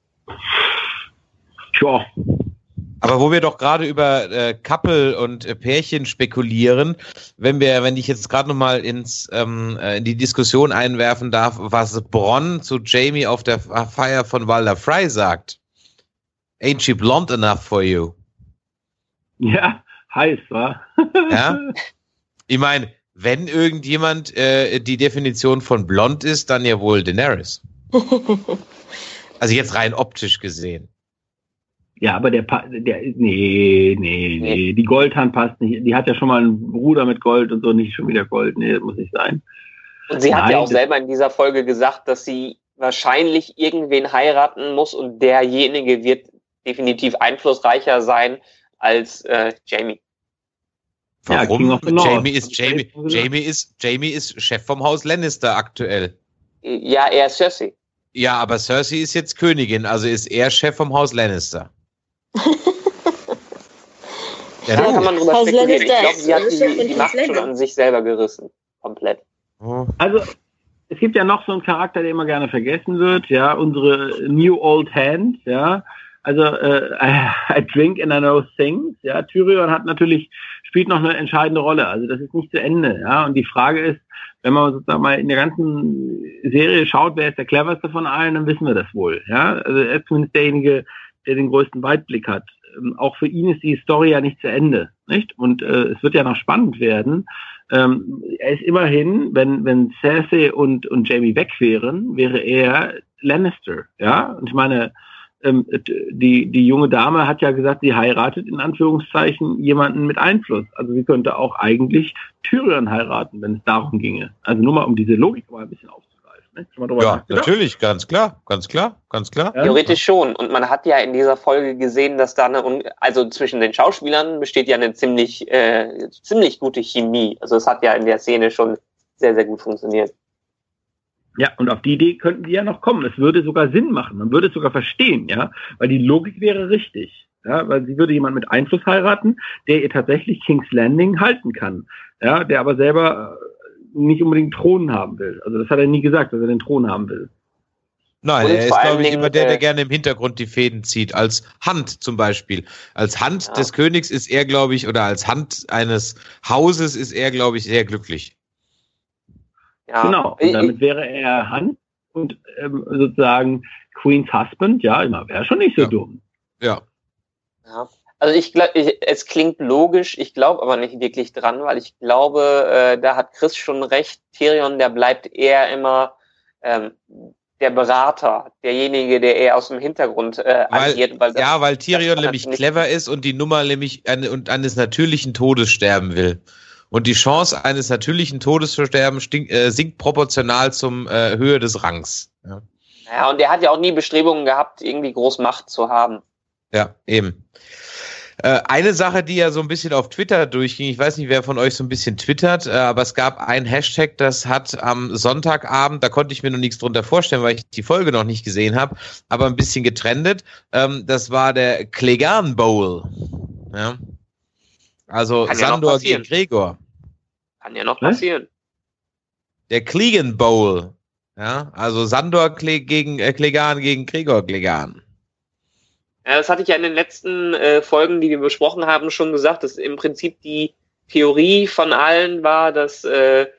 Tja. Aber wo wir doch gerade über Couple und Pärchen spekulieren, wenn ich jetzt gerade nochmal in die Diskussion einwerfen darf, was Bronn zu Jaime auf der Feier von Walder Frey sagt. Ain't she blonde enough for you? Ja, heiß, wa? Ja. Ich meine, wenn irgendjemand die Definition von blond ist, dann ja wohl Daenerys. Also jetzt rein optisch gesehen. Ja, aber nee, die Goldhand passt nicht. Die hat ja schon mal einen Bruder mit Gold und so, nicht schon wieder Gold. Nee, das muss nicht sein. Und sie hat ja auch selber in dieser Folge gesagt, dass sie wahrscheinlich irgendwen heiraten muss und derjenige wird definitiv einflussreicher sein als Jaime. Warum? Ja, Jaime ist Chef vom Haus Lannister aktuell. Ja, er ist Cersei. Ja, aber Cersei ist jetzt Königin, also ist er Chef vom Haus Lannister. Da kann man drüber spekulieren. Ich glaube, sie hat die Macht schon an sich selber gerissen. Komplett. Also, es gibt ja noch so einen Charakter, der immer gerne vergessen wird, ja, unsere New Old Hand, ja. Also, I drink and I know things, ja. Tyrion spielt noch eine entscheidende Rolle. Also, das ist nicht zu Ende, ja. Und die Frage ist, wenn man sozusagen mal in der ganzen Serie schaut, wer ist der cleverste von allen, dann wissen wir das wohl, ja. Also, er ist zumindest derjenige, der den größten Weitblick hat. Auch für ihn ist die Story ja nicht zu Ende, nicht? Und es wird ja noch spannend werden. Er ist immerhin, wenn Cersei und Jaime weg wären, wäre er Lannister, ja? Und ich meine, die junge Dame hat ja gesagt, sie heiratet in Anführungszeichen jemanden mit Einfluss. Also sie könnte auch eigentlich Tyrion heiraten, wenn es darum ginge. Also nur mal um diese Logik mal ein bisschen aufzugreifen. Ne? Ja, natürlich, ganz klar. Ja? Theoretisch schon. Und man hat ja in dieser Folge gesehen, dass da also zwischen den Schauspielern besteht ja eine ziemlich gute Chemie. Also es hat ja in der Szene schon sehr, sehr gut funktioniert. Ja, und auf die Idee könnten die ja noch kommen. Es würde sogar Sinn machen. Man würde es sogar verstehen, ja, weil die Logik wäre richtig. Ja, weil sie würde jemand mit Einfluss heiraten, der ihr tatsächlich King's Landing halten kann. Ja, der aber selber nicht unbedingt Thron haben will. Also das hat er nie gesagt, dass er den Thron haben will. Nein, Und er ist, vor allen glaube ich, Dingen, immer der gerne im Hintergrund die Fäden zieht. Als Hand zum Beispiel. Als Hand des Königs ist er, glaube ich, oder als Hand eines Hauses ist er, glaube ich, sehr glücklich. Ja. Genau, und damit wäre er Hand und sozusagen Queen's Husband, ja, immer wäre schon nicht so dumm. Ja. Also es klingt logisch, ich glaube aber nicht wirklich dran, weil ich glaube, da hat Chris schon recht, Tyrion, der bleibt eher immer der Berater, derjenige, der eher aus dem Hintergrund agiert. Weil Tyrion nämlich clever ist und die Nummer nämlich eines natürlichen Todes sterben will. Und die Chance eines natürlichen Todes zu sterben sinkt proportional zum Höhe des Rangs. Ja, und er hat ja auch nie Bestrebungen gehabt, irgendwie groß Macht zu haben. Ja, eben. Eine Sache, die ja so ein bisschen auf Twitter durchging, ich weiß nicht, wer von euch so ein bisschen twittert, aber es gab ein Hashtag, das hat am Sonntagabend, da konnte ich mir noch nichts drunter vorstellen, weil ich die Folge noch nicht gesehen habe, aber ein bisschen getrendet. Das war der Clegane Bowl. Ja. Also Kann Sandor gegen Gregor. Kann ja noch passieren. Der Clegane Bowl. Ja, also Sandor Clegane gegen Gregor Clegane. Ja, das hatte ich ja in den letzten Folgen, die wir besprochen haben, schon gesagt, dass im Prinzip die Theorie von allen war, dass The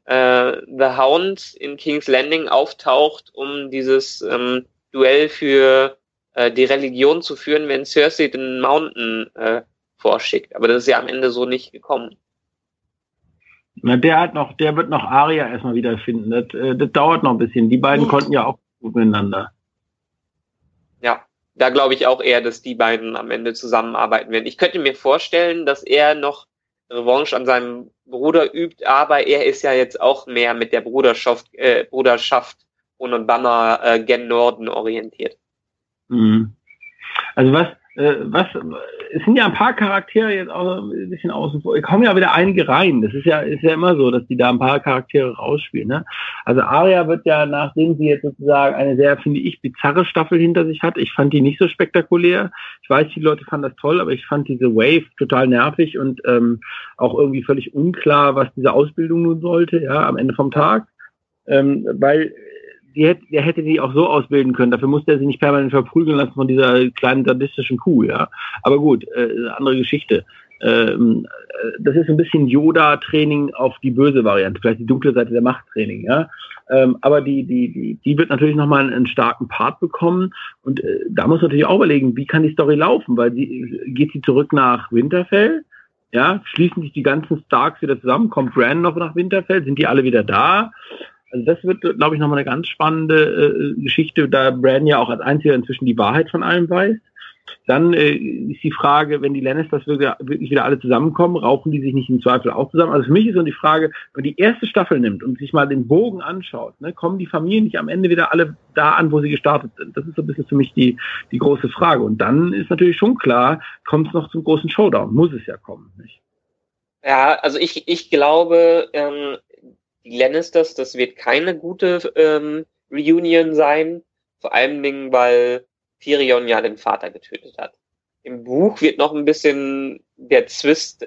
Hound in King's Landing auftaucht, um dieses Duell für die Religion zu führen, wenn Cersei den Mountain vorschickt. Aber das ist ja am Ende so nicht gekommen. Na, der wird noch Arya erstmal wiederfinden. Das dauert noch ein bisschen. Die beiden konnten ja auch gut miteinander. Ja, da glaube ich auch eher, dass die beiden am Ende zusammenarbeiten werden. Ich könnte mir vorstellen, dass er noch Revanche an seinem Bruder übt, aber er ist ja jetzt auch mehr mit der Bruderschaft ohne Banner gen Norden orientiert. Mhm. Also es sind ja ein paar Charaktere jetzt auch ein bisschen außen vor. Es kommen ja wieder einige rein. Das ist ja immer so, dass die da ein paar Charaktere rausspielen. Ne? Also Arya wird ja, nachdem sie jetzt sozusagen eine sehr, finde ich, bizarre Staffel hinter sich hat, ich fand die nicht so spektakulär. Ich weiß, die Leute fanden das toll, aber ich fand diese Wave total nervig und auch irgendwie völlig unklar, was diese Ausbildung nun sollte, ja, am Ende vom Tag. Weil er hätte die auch so ausbilden können. Dafür musste er sie nicht permanent verprügeln lassen von dieser kleinen sadistischen Kuh, ja. Aber gut, andere Geschichte. Das ist ein bisschen Yoda-Training auf die böse Variante, vielleicht die dunkle Seite der Macht-Training, ja. Aber die wird natürlich nochmal einen starken Part bekommen und da muss man natürlich auch überlegen, wie kann die Story laufen, weil geht sie zurück nach Winterfell? Ja, schließen sich die ganzen Starks wieder zusammen, kommt Bran noch nach Winterfell, sind die alle wieder da? Also das wird, glaube ich, nochmal eine ganz spannende Geschichte, da Bran ja auch als einziger inzwischen die Wahrheit von allem weiß. Dann ist die Frage, wenn die Lannisters wirklich wieder alle zusammenkommen, rauchen die sich nicht im Zweifel auch zusammen? Also für mich ist so die Frage, wenn man die erste Staffel nimmt und sich mal den Bogen anschaut, ne, kommen die Familien nicht am Ende wieder alle da an, wo sie gestartet sind? Das ist so ein bisschen für mich die große Frage. Und dann ist natürlich schon klar, kommt es noch zum großen Showdown. Muss es ja kommen, nicht? Ja, also ich glaube, die Lannisters, das wird keine gute Reunion sein. Vor allen Dingen, weil Tyrion ja den Vater getötet hat. Im Buch wird noch ein bisschen der Zwist,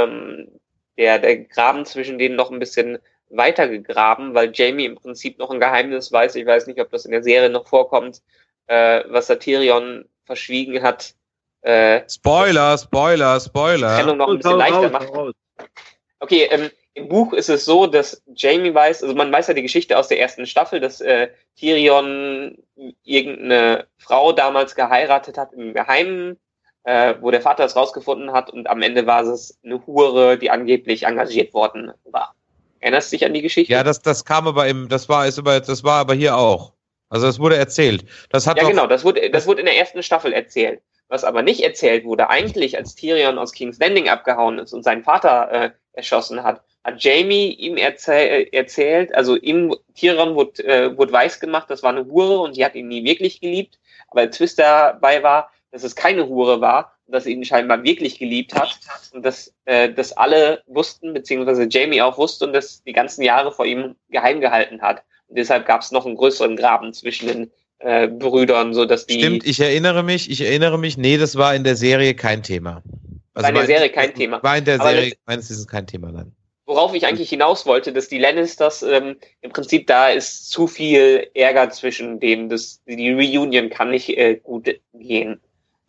der Graben zwischen denen noch ein bisschen weiter gegraben, weil Jaime im Prinzip noch ein Geheimnis weiß. Ich weiß nicht, ob das in der Serie noch vorkommt, was der Tyrion verschwiegen hat. Spoiler. Trennung noch ein bisschen leichter macht. Okay, im Buch ist es so, dass Jaime weiß, also man weiß ja die Geschichte aus der ersten Staffel, dass Tyrion irgendeine Frau damals geheiratet hat im Geheimen, wo der Vater es rausgefunden hat und am Ende war es eine Hure, die angeblich engagiert worden war. Erinnerst du dich an die Geschichte? Ja, das kam aber das war aber hier auch. Also das wurde erzählt. Das genau, das wurde in der ersten Staffel erzählt. Was aber nicht erzählt wurde, eigentlich als Tyrion aus King's Landing abgehauen ist und seinen Vater erschossen hat Jamie ihm erzählt, also Tyrion wurde weiß gemacht, das war eine Hure und die hat ihn nie wirklich geliebt. Aber der Twist dabei war, dass es keine Hure war und dass sie ihn scheinbar wirklich geliebt hat und dass das alle wussten, beziehungsweise Jamie auch wusste und das die ganzen Jahre vor ihm geheim gehalten hat. Und deshalb gab es noch einen größeren Graben zwischen den Brüdern, so dass die... Stimmt, ich erinnere mich, nee, das war in der Serie kein Thema. Also war in der Serie kein Thema. War in der Serie meines Wissens kein Thema, nein. Worauf ich eigentlich hinaus wollte, dass die Lannisters im Prinzip da ist zu viel Ärger zwischen denen, die Reunion kann nicht gut gehen.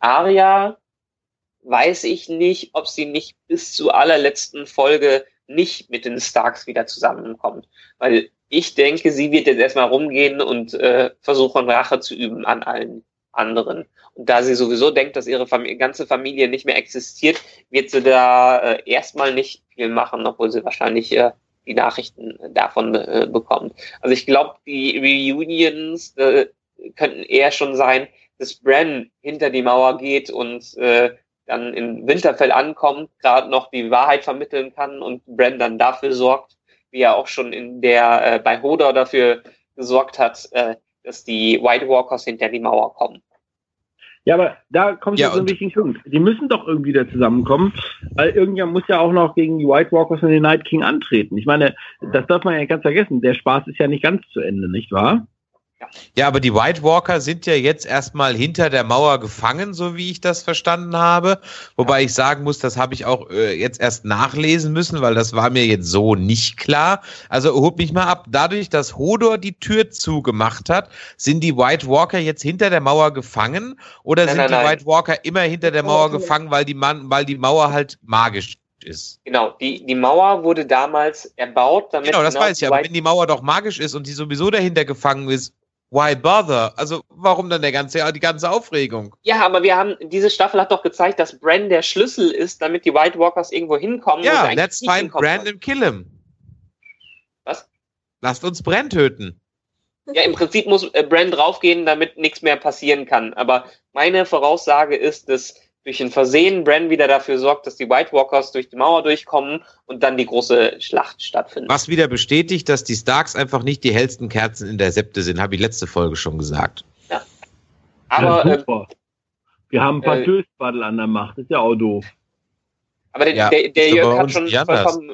Arya weiß ich nicht, ob sie nicht bis zur allerletzten Folge nicht mit den Starks wieder zusammenkommt. Weil ich denke, sie wird jetzt erstmal rumgehen und versuchen, Rache zu üben an allen anderen. Und da sie sowieso denkt, dass ihre ganze Familie nicht mehr existiert, wird sie da erstmal nicht viel machen, obwohl sie wahrscheinlich die Nachrichten davon bekommt. Also ich glaube, die Reunions könnten eher schon sein, dass Bran hinter die Mauer geht und dann in Winterfell ankommt, gerade noch die Wahrheit vermitteln kann und Bran dann dafür sorgt, wie er auch schon bei Hodor dafür gesorgt hat, dass die White Walkers hinter die Mauer kommen. Ja, aber da kommt ja so ein wichtiger Punkt. Die müssen doch irgendwie da zusammenkommen, weil irgendjemand muss ja auch noch gegen die White Walkers und den Night King antreten. Ich meine, das darf man ja ganz vergessen. Der Spaß ist ja nicht ganz zu Ende, nicht wahr? Ja, aber die White Walker sind ja jetzt erstmal hinter der Mauer gefangen, so wie ich das verstanden habe. Wobei ich sagen muss, das habe ich auch jetzt erst nachlesen müssen, weil das war mir jetzt so nicht klar. Also holt mich mal ab. Dadurch, dass Hodor die Tür zugemacht hat, sind die White Walker jetzt hinter der Mauer gefangen? Oder sind die White Walker immer hinter der Mauer gefangen, weil die Mauer halt magisch ist? Genau, die Mauer wurde damals erbaut, damit... Genau, das weiß ich. Aber wenn die Mauer doch magisch ist und die sowieso dahinter gefangen ist, why bother? Also, warum dann die ganze Aufregung? Ja, aber diese Staffel hat doch gezeigt, dass Bran der Schlüssel ist, damit die White Walkers irgendwo hinkommen. Ja, let's find Bran and kill him. Was? Lasst uns Bran töten. Ja, im Prinzip muss Bran draufgehen, damit nichts mehr passieren kann. Aber meine Voraussage ist, dass durch ein Versehen Bran wieder dafür sorgt, dass die White Walkers durch die Mauer durchkommen und dann die große Schlacht stattfindet. Was wieder bestätigt, dass die Starks einfach nicht die hellsten Kerzen in der Septe sind, habe ich letzte Folge schon gesagt. Ja. Aber ja, super. Wir haben ein paar Dösbattel an der Macht, das ist ja auch doof. Aber der Jörg hat schon vollkommen...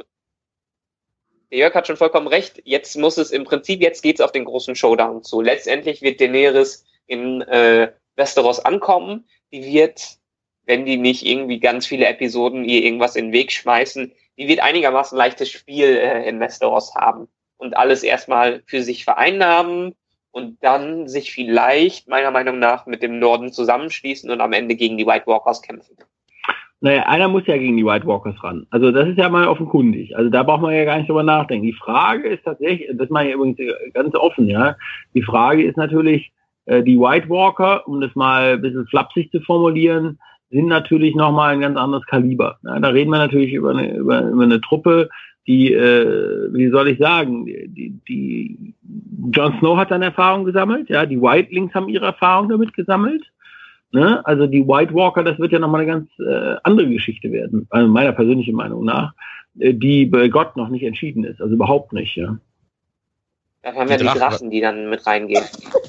Der Jörg hat schon vollkommen recht. Jetzt geht's auf den großen Showdown zu. Letztendlich wird Daenerys in Westeros ankommen. Die wird, wenn die nicht irgendwie ganz viele Episoden ihr irgendwas in den Weg schmeißen, die wird einigermaßen leichtes Spiel in Westeros haben und alles erstmal für sich vereinnahmen und dann sich vielleicht, meiner Meinung nach, mit dem Norden zusammenschließen und am Ende gegen die White Walkers kämpfen. Naja, einer muss ja gegen die White Walkers ran. Also das ist ja mal offenkundig. Also da braucht man ja gar nicht drüber nachdenken. Die Frage ist tatsächlich, das mache ich übrigens ganz offen, ja. Die Frage ist natürlich, die White Walker, um das mal ein bisschen flapsig zu formulieren, sind natürlich nochmal ein ganz anderes Kaliber. Ja, da reden wir natürlich über eine Truppe, die, wie soll ich sagen, die Jon Snow hat seine Erfahrung gesammelt, ja, die Whitelings haben ihre Erfahrung damit gesammelt. Ne? Also die White Walker, das wird ja nochmal eine ganz andere Geschichte werden, also meiner persönlichen Meinung nach, die bei Gott noch nicht entschieden ist, also überhaupt nicht. Ja. Dann haben wir die Drachen, die dann mit reingehen.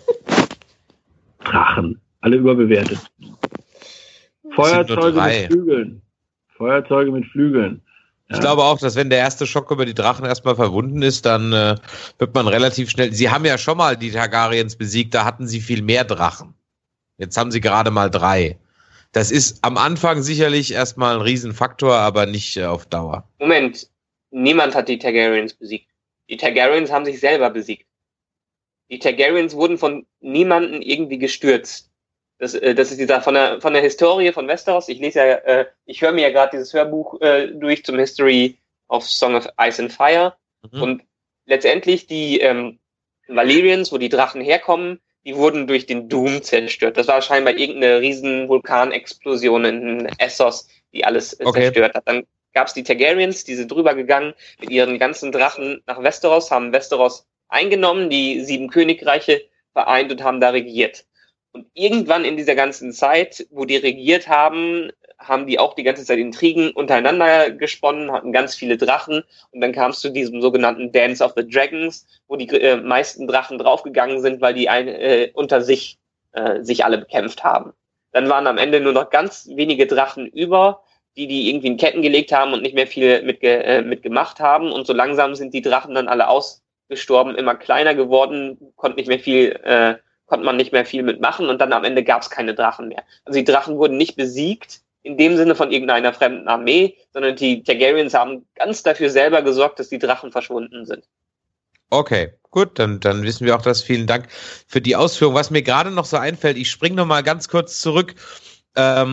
Drachen, alle überbewertet. Feuerzeuge mit Flügeln. Ja. Ich glaube auch, dass wenn der erste Schock über die Drachen erstmal verwunden ist, dann wird man relativ schnell... Sie haben ja schon mal die Targaryens besiegt, da hatten sie viel mehr Drachen. Jetzt haben sie gerade mal 3. Das ist am Anfang sicherlich erstmal ein Riesenfaktor, aber nicht auf Dauer. Moment, niemand hat die Targaryens besiegt. Die Targaryens haben sich selber besiegt. Die Targaryens wurden von niemandem irgendwie gestürzt. Das ist dieser von der Historie von Westeros. Ich höre mir ja gerade dieses Hörbuch durch zum History of Song of Ice and Fire. Mhm. Und letztendlich die Valyrians, wo die Drachen herkommen, die wurden durch den Doom zerstört. Das war scheinbar irgendeine riesen Vulkanexplosion in Essos, die alles zerstört hat. Dann gab es die Targaryens, die sind drüber gegangen mit ihren ganzen Drachen nach Westeros, haben Westeros eingenommen, die 7 Königreiche vereint und haben da regiert. Und irgendwann in dieser ganzen Zeit, wo die regiert haben, haben die auch die ganze Zeit Intrigen untereinander gesponnen, hatten ganz viele Drachen und dann kam es zu diesem sogenannten Dance of the Dragons, wo die meisten Drachen draufgegangen sind, weil die unter sich alle bekämpft haben. Dann waren am Ende nur noch ganz wenige Drachen über, die irgendwie in Ketten gelegt haben und nicht mehr viel mitgemacht haben und so langsam sind die Drachen dann alle ausgestorben, immer kleiner geworden, konnte man nicht mehr viel mitmachen und dann am Ende gab es keine Drachen mehr. Also die Drachen wurden nicht besiegt, in dem Sinne von irgendeiner fremden Armee, sondern die Targaryens haben ganz dafür selber gesorgt, dass die Drachen verschwunden sind. Okay, gut, dann wissen wir auch das. Vielen Dank für die Ausführung. Was mir gerade noch so einfällt, ich springe noch mal ganz kurz zurück. Sag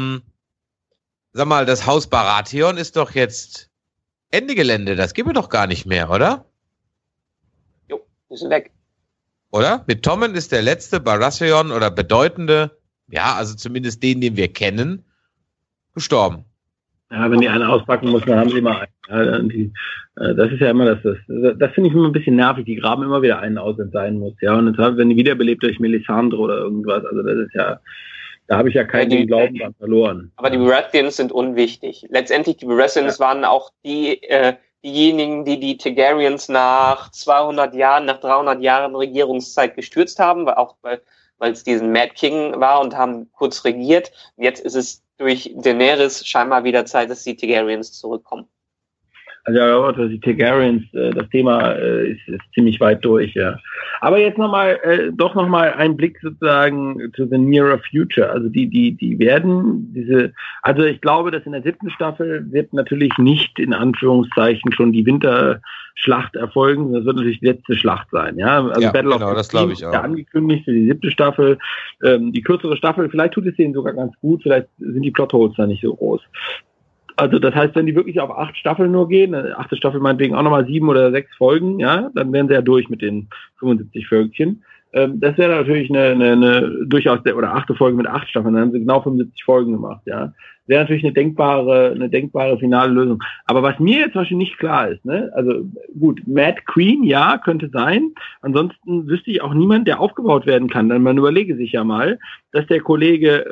mal, das Haus Baratheon ist doch jetzt Ende Gelände. Das gibt es doch gar nicht mehr, oder? Jo, wir sind weg. Oder? Mit Tommen ist der letzte Baratheon oder bedeutende, ja, also zumindest den wir kennen, gestorben. Ja, wenn die einen auspacken muss, dann haben sie immer einen. Ja, das ist ja immer das finde ich immer ein bisschen nervig. Die graben immer wieder einen aus, wenn es sein muss. Ja, und jetzt wenn die wiederbelebt durch Melisandre oder irgendwas, also das ist ja, da habe ich ja keinen Glauben dran verloren. Aber die Baratheons sind unwichtig. Letztendlich, die Baratheons waren auch diejenigen, die Targaryens nach 200 Jahren, nach 300 Jahren Regierungszeit gestürzt haben, weil es diesen Mad King war und haben kurz regiert. Jetzt ist es durch Daenerys scheinbar wieder Zeit, dass die Targaryens zurückkommen. Also ja, die Targaryens, das Thema ist ziemlich weit durch, ja. Aber jetzt noch mal ein Blick sozusagen to the nearer future. Also die werden also ich glaube, dass in der 7. Staffel wird natürlich nicht in Anführungszeichen schon die Winterschlacht erfolgen. Das wird natürlich die letzte Schlacht sein, ja. Also ja, Battle genau, of das glaube ich auch. Ja angekündigt für die 7. Staffel. Die kürzere Staffel, vielleicht tut es denen sogar ganz gut, vielleicht sind die Plotholes da nicht so groß. Also das heißt, wenn die wirklich auf 8 Staffeln nur gehen, 8. Staffel meinetwegen auch nochmal 7 oder 6 Folgen, ja, dann wären sie ja durch mit den 75 Völkchen. Das wäre natürlich eine durchaus, oder 8. Folge mit 8 Staffeln, dann haben sie genau 75 Folgen gemacht, ja. Wäre natürlich eine denkbare finale Lösung. Aber was mir jetzt zum Beispiel nicht klar ist, ne, also gut, Mad Queen, ja, könnte sein. Ansonsten wüsste ich auch niemand, der aufgebaut werden kann. Denn man überlege sich ja mal, dass der Kollege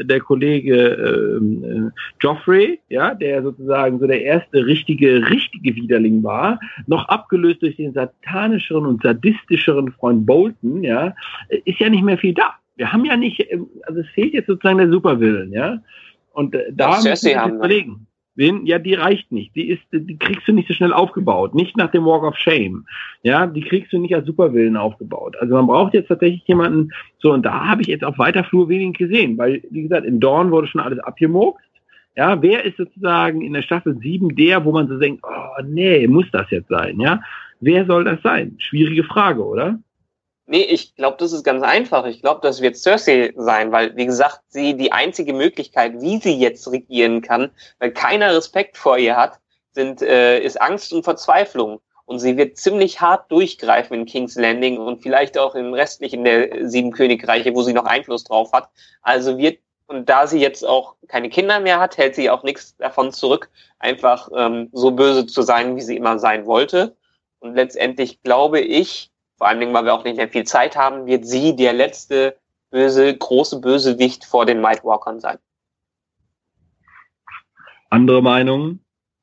Joffrey, ja, der sozusagen so der erste richtige Widerling war, noch abgelöst durch den satanischeren und sadistischeren Freund Bolton, ja, ist ja nicht mehr viel da. Wir haben ja nicht, also es fehlt jetzt sozusagen der Supervillain, ja. Und da müssen wir uns überlegen. Ja, die reicht nicht. Die kriegst du nicht so schnell aufgebaut. Nicht nach dem Walk of Shame. Ja, die kriegst du nicht als Supervillain aufgebaut. Also man braucht jetzt tatsächlich jemanden, so, und da habe ich jetzt auf weiter Flur wenig gesehen, weil, wie gesagt, in Dawn wurde schon alles abgemurkst. Ja, wer ist sozusagen in der Staffel 7 der, wo man so denkt, oh nee, muss das jetzt sein, ja? Wer soll das sein? Schwierige Frage, oder? Nee, ich glaube, das ist ganz einfach. Ich glaube, das wird Cersei sein, weil, wie gesagt, sie die einzige Möglichkeit, wie sie jetzt regieren kann, weil keiner Respekt vor ihr hat, ist Angst und Verzweiflung. Und sie wird ziemlich hart durchgreifen in King's Landing und vielleicht auch im restlichen der 7 Königreiche, wo sie noch Einfluss drauf hat. Also und da sie jetzt auch keine Kinder mehr hat, hält sie auch nichts davon zurück, einfach so böse zu sein, wie sie immer sein wollte. Und letztendlich glaube ich, vor allen Dingen, weil wir auch nicht mehr viel Zeit haben, wird sie der letzte große Bösewicht vor den White Walkern sein. Andere Meinungen?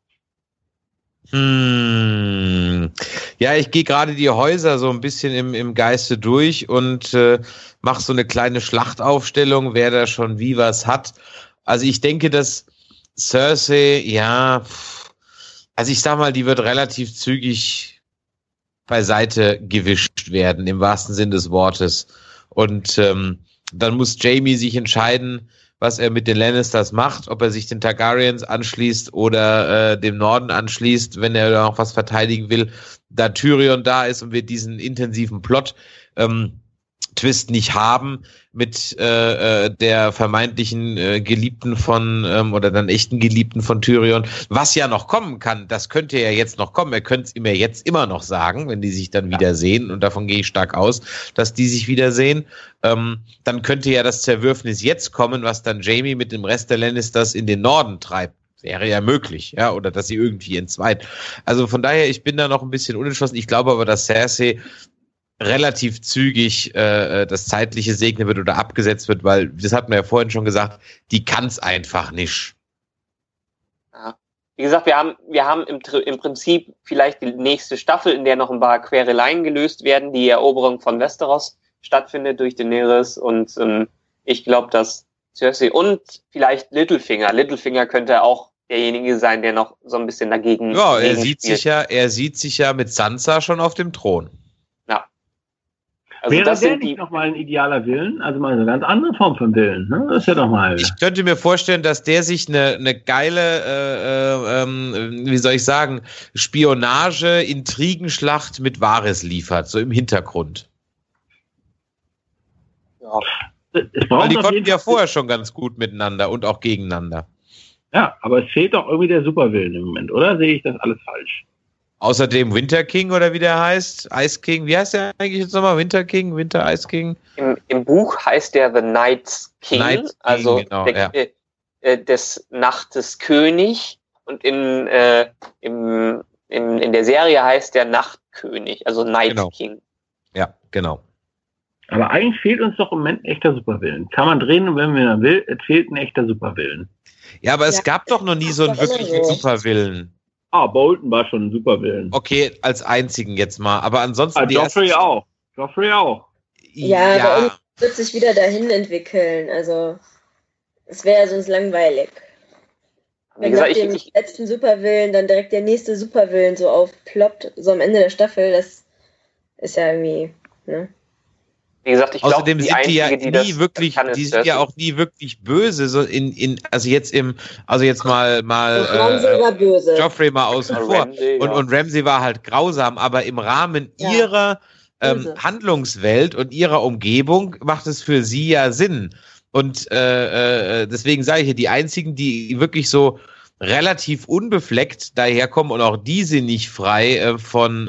Ja, ich gehe gerade die Häuser so ein bisschen im Geiste durch und mache so eine kleine Schlachtaufstellung, wer da schon wie was hat. Also ich denke, dass Cersei, ja, also ich sag mal, die wird relativ zügig beiseite gewischt werden, im wahrsten Sinn des Wortes. Und dann muss Jaime sich entscheiden, was er mit den Lannisters macht, ob er sich den Targaryens anschließt oder dem Norden anschließt, wenn er noch was verteidigen will, da Tyrion da ist und wir diesen intensiven Plot Twist nicht haben mit der vermeintlichen Geliebten von oder dann echten Geliebten von Tyrion, was ja noch kommen kann, das könnte ja jetzt noch kommen, er könnte es ihm ja jetzt immer noch sagen, wenn die sich dann wiedersehen, und davon gehe ich stark aus, dass die sich wiedersehen, dann könnte ja das Zerwürfnis jetzt kommen, was dann Jaime mit dem Rest der Lannisters in den Norden treibt. Wäre ja möglich, ja, oder dass sie irgendwie entzweit. Also von daher, ich bin da noch ein bisschen unentschlossen, ich glaube aber, dass Cersei relativ zügig das Zeitliche segnen wird oder abgesetzt wird, weil, das hatten wir ja vorhin schon gesagt, die kann es einfach nicht. Ja. Wie gesagt, wir haben im Prinzip vielleicht die nächste Staffel, in der noch ein paar Quereleien gelöst werden, die Eroberung von Westeros stattfindet durch Daenerys und ich glaube, dass Cersei und vielleicht Littlefinger. Littlefinger könnte auch derjenige sein, der noch so ein bisschen dagegen. Ja, er sieht sich ja mit Sansa schon auf dem Thron. Ja. Also wäre das der sind nicht nochmal ein idealer Willen? Also mal eine ganz andere Form von Willen, ne? Das ist ja doch mal. Ich könnte mir vorstellen, dass der sich eine geile, wie soll ich sagen, Spionage, Intrigenschlacht mit Varys liefert, so im Hintergrund. Ja. Weil die konnten ja vorher schon ganz gut miteinander und auch gegeneinander. Ja, aber es fehlt doch irgendwie der Superwillen im Moment, oder? Sehe ich das alles falsch? Außerdem Winter King oder wie der heißt, Ice King, wie heißt der eigentlich jetzt nochmal? Winter King, Winter Ice King? Im Buch heißt der The Night King, also genau, des Nachtes König, und in der Serie heißt der Nachtkönig, also Night King. Ja, genau. Aber eigentlich fehlt uns doch im Moment ein echter Superwillen. Kann man drehen, wenn man will, es fehlt ein echter Superwillen. Ja, aber es gab doch noch nie so einen wirklichen Superwillen. Bolton war schon ein Superwillen. Okay, als einzigen jetzt mal, aber ansonsten... Joffrey auch. Ja, bei uns wird sich wieder dahin entwickeln, also es wäre sonst langweilig. Wenn nach dem letzten Superwillen dann direkt der nächste Superwillen so aufploppt, so am Ende der Staffel, das ist ja irgendwie, ne? Wie gesagt, ich außerdem glaub, sind die ja nie wirklich, die sind ja auch nie wirklich böse, so jetzt mal böse. Joffrey mal außen vor. Und Ramsay war halt grausam, aber im Rahmen ihrer Handlungswelt und ihrer Umgebung macht es für sie ja Sinn. Und deswegen sage ich hier, die einzigen, die wirklich so relativ unbefleckt daherkommen, und auch die sind nicht frei von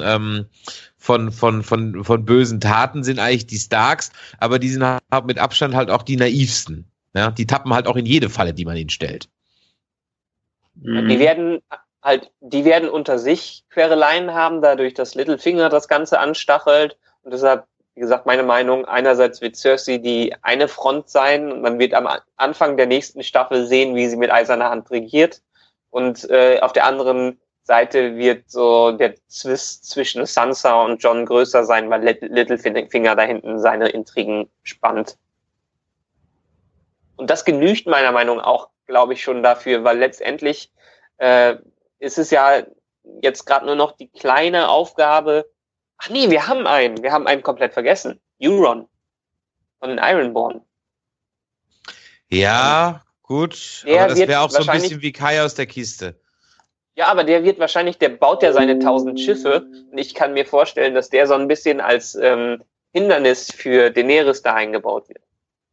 bösen Taten, sind eigentlich die Starks, aber die sind halt mit Abstand halt auch die naivsten. Ja? Die tappen halt auch in jede Falle, die man ihnen stellt. Die werden unter sich Quereleien haben, dadurch, dass Littlefinger das Ganze anstachelt, und deshalb, wie gesagt, meine Meinung, einerseits wird Cersei die eine Front sein, und man wird am Anfang der nächsten Staffel sehen, wie sie mit eiserner Hand regiert, und auf der anderen Seite wird so der Zwist zwischen Sansa und Jon größer sein, weil Littlefinger da hinten seine Intrigen spannt. Und das genügt meiner Meinung nach auch, glaube ich, schon dafür, weil letztendlich ist es ja jetzt gerade nur noch die kleine Aufgabe. Ach nee, wir haben einen komplett vergessen. Euron von den Ironborn. Ja, gut, aber das wäre auch so ein bisschen wie Kai aus der Kiste. Ja, aber der baut ja seine 1000 Schiffe, und ich kann mir vorstellen, dass der so ein bisschen als Hindernis für Daenerys da eingebaut wird.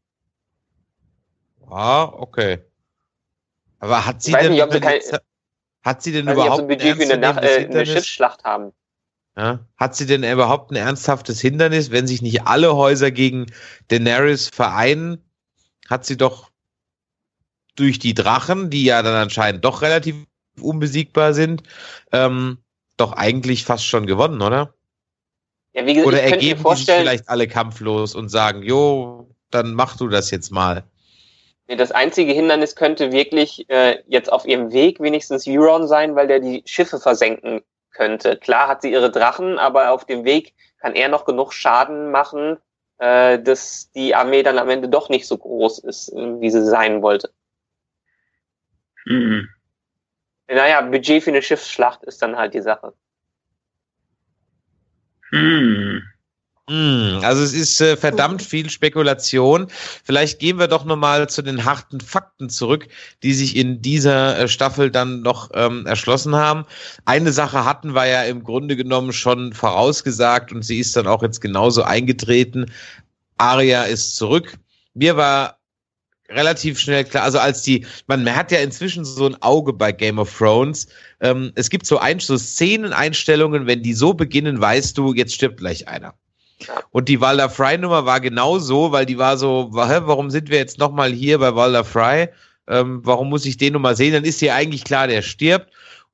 Ah, okay. Aber hat sie denn überhaupt ein Budget für eine Schiffsschlacht haben? Ja? Hat sie denn überhaupt ein ernsthaftes Hindernis, wenn sich nicht alle Häuser gegen Daenerys vereinen? Hat sie doch durch die Drachen, die ja dann anscheinend doch relativ unbesiegbar sind, doch eigentlich fast schon gewonnen, oder? Ja, wie gesagt, oder ergeben die sich vielleicht alle kampflos und sagen, jo, dann mach du das jetzt mal. Nee, das einzige Hindernis könnte wirklich jetzt auf ihrem Weg wenigstens Euron sein, weil der die Schiffe versenken könnte. Klar hat sie ihre Drachen, aber auf dem Weg kann er noch genug Schaden machen, dass die Armee dann am Ende doch nicht so groß ist, wie sie sein wollte. Mhm. Naja, Budget für eine Schiffsschlacht ist dann halt die Sache. Also es ist verdammt viel Spekulation. Vielleicht gehen wir doch nochmal zu den harten Fakten zurück, die sich in dieser Staffel dann noch erschlossen haben. Eine Sache hatten wir ja im Grunde genommen schon vorausgesagt, und sie ist dann auch jetzt genauso eingetreten. Arya ist zurück. Mir war relativ schnell klar, also man hat ja inzwischen so ein Auge bei Game of Thrones. Es gibt so Szeneneinstellungen, wenn die so beginnen, weißt du, jetzt stirbt gleich einer. Und die Walder Frey-Nummer war genau so, weil die war so, warum sind wir jetzt nochmal hier bei Walder Frey? Warum muss ich den nochmal sehen? Dann ist dir eigentlich klar, der stirbt.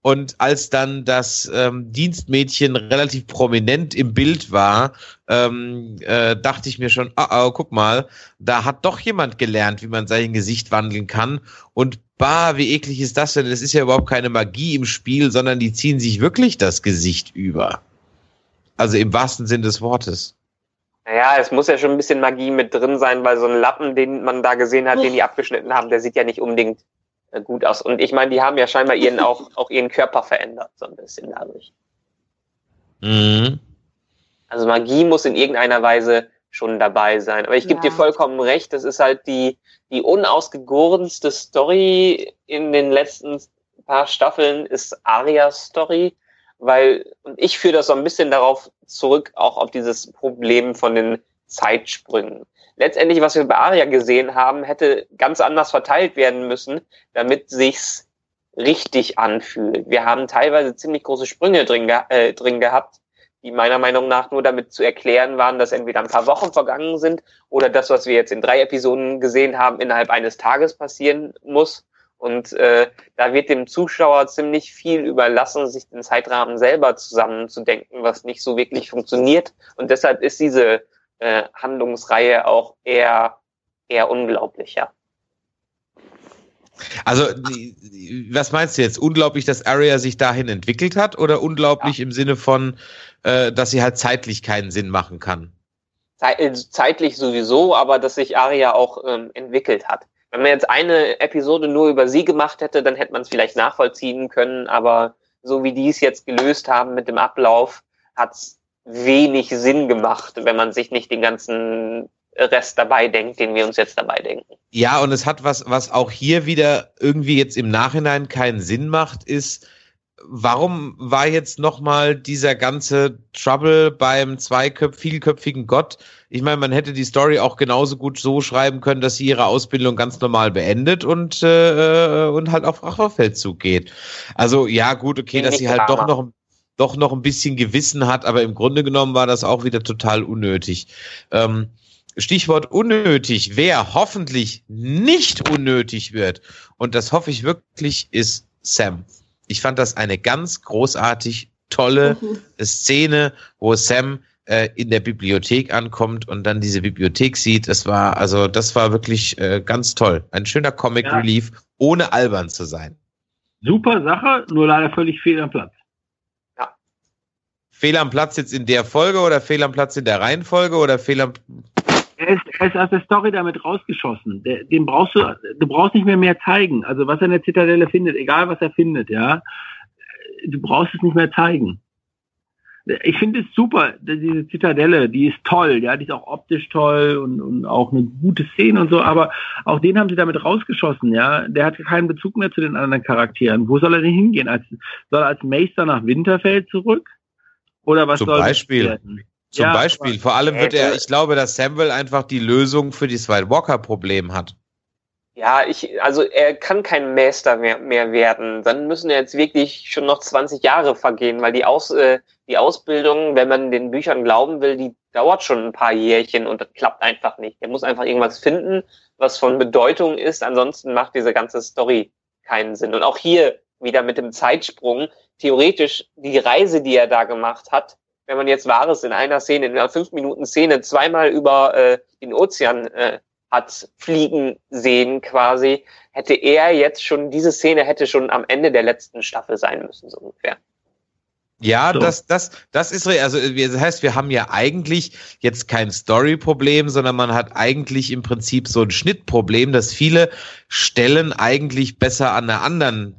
Und als dann das Dienstmädchen relativ prominent im Bild war, dachte ich mir schon, guck mal, da hat doch jemand gelernt, wie man sein Gesicht wandeln kann. Und wie eklig ist das denn? Es ist ja überhaupt keine Magie im Spiel, sondern die ziehen sich wirklich das Gesicht über. Also im wahrsten Sinn des Wortes. Naja, es muss ja schon ein bisschen Magie mit drin sein, weil so ein Lappen, den man da gesehen hat, den die abgeschnitten haben, der sieht ja nicht unbedingt gut aus. Und ich meine, die haben ja scheinbar auch ihren Körper verändert, so ein bisschen dadurch. Mhm. Also Magie muss in irgendeiner Weise schon dabei sein. Aber ich gebe dir vollkommen recht, das ist halt die unausgegorenste Story in den letzten paar Staffeln ist Arias Story, und ich führe das so ein bisschen darauf zurück, auch auf dieses Problem von den Zeitsprüngen. Letztendlich, was wir bei Aria gesehen haben, hätte ganz anders verteilt werden müssen, damit sich's richtig anfühlt. Wir haben teilweise ziemlich große Sprünge drin gehabt, die meiner Meinung nach nur damit zu erklären waren, dass entweder ein paar Wochen vergangen sind oder das, was wir jetzt in 3 Episoden gesehen haben, innerhalb eines Tages passieren muss. Und da wird dem Zuschauer ziemlich viel überlassen, sich den Zeitrahmen selber zusammenzudenken, was nicht so wirklich funktioniert. Und deshalb ist diese Handlungsreihe auch eher unglaublicher. Also, was meinst du jetzt? Unglaublich, dass Arya sich dahin entwickelt hat oder unglaublich im Sinne von, dass sie halt zeitlich keinen Sinn machen kann? Zeitlich sowieso, aber dass sich Arya auch entwickelt hat. Wenn man jetzt eine Episode nur über sie gemacht hätte, dann hätte man es vielleicht nachvollziehen können, aber so wie die es jetzt gelöst haben mit dem Ablauf, hat's wenig Sinn gemacht, wenn man sich nicht den ganzen Rest dabei denkt, den wir uns jetzt dabei denken. Ja, und es hat was auch hier wieder irgendwie jetzt im Nachhinein keinen Sinn macht, ist, warum war jetzt nochmal dieser ganze Trouble beim vielköpfigen Gott? Ich meine, man hätte die Story auch genauso gut so schreiben können, dass sie ihre Ausbildung ganz normal beendet und halt auf Rachefeldzug geht. Also ja, gut, okay, dass sie halt doch noch ein bisschen Gewissen hat, aber im Grunde genommen war das auch wieder total unnötig. Stichwort unnötig, wer hoffentlich nicht unnötig wird, und das hoffe ich wirklich, ist Sam. Ich fand das eine ganz großartig tolle Szene, wo Sam in der Bibliothek ankommt und dann diese Bibliothek sieht. Das war wirklich ganz toll. Ein schöner Comic Relief, ohne albern zu sein. Super Sache, nur leider völlig fehl am Platz. Ja. Fehl am Platz jetzt in der Folge oder fehl am Platz in der Reihenfolge oder fehl am... Er ist aus der Story damit rausgeschossen. Du brauchst nicht mehr zeigen. Also was er in der Zitadelle findet, egal was er findet, ja, du brauchst es nicht mehr zeigen. Ich finde es super, diese Zitadelle, die ist toll, ja, die ist auch optisch toll und auch eine gute Szene und so, aber auch den haben sie damit rausgeschossen, ja. Der hat keinen Bezug mehr zu den anderen Charakteren. Wo soll er denn hingehen? Soll er als Meister nach Winterfell zurück? Oder was Zum soll Beispiel? Zum Beispiel. Vor allem ich glaube, dass Samwell einfach die Lösung für das White Walker-Problem hat. Ja, also er kann kein Meister mehr werden. Dann müssen ja jetzt wirklich schon noch 20 Jahre vergehen, weil die Ausbildung, wenn man den Büchern glauben will, die dauert schon ein paar Jährchen und das klappt einfach nicht. Er muss einfach irgendwas finden, was von Bedeutung ist. Ansonsten macht diese ganze Story keinen Sinn. Und auch hier wieder mit dem Zeitsprung. Theoretisch die Reise, die er da gemacht hat, wenn man jetzt Wahres in einer 5-Minuten-Szene zweimal über den Ozean hat fliegen sehen quasi, diese Szene hätte schon am Ende der letzten Staffel sein müssen, so ungefähr. Ja, so. Das ist, also das heißt, wir haben ja eigentlich jetzt kein Story-Problem, sondern man hat eigentlich im Prinzip so ein Schnittproblem, dass viele Stellen eigentlich besser an einer anderen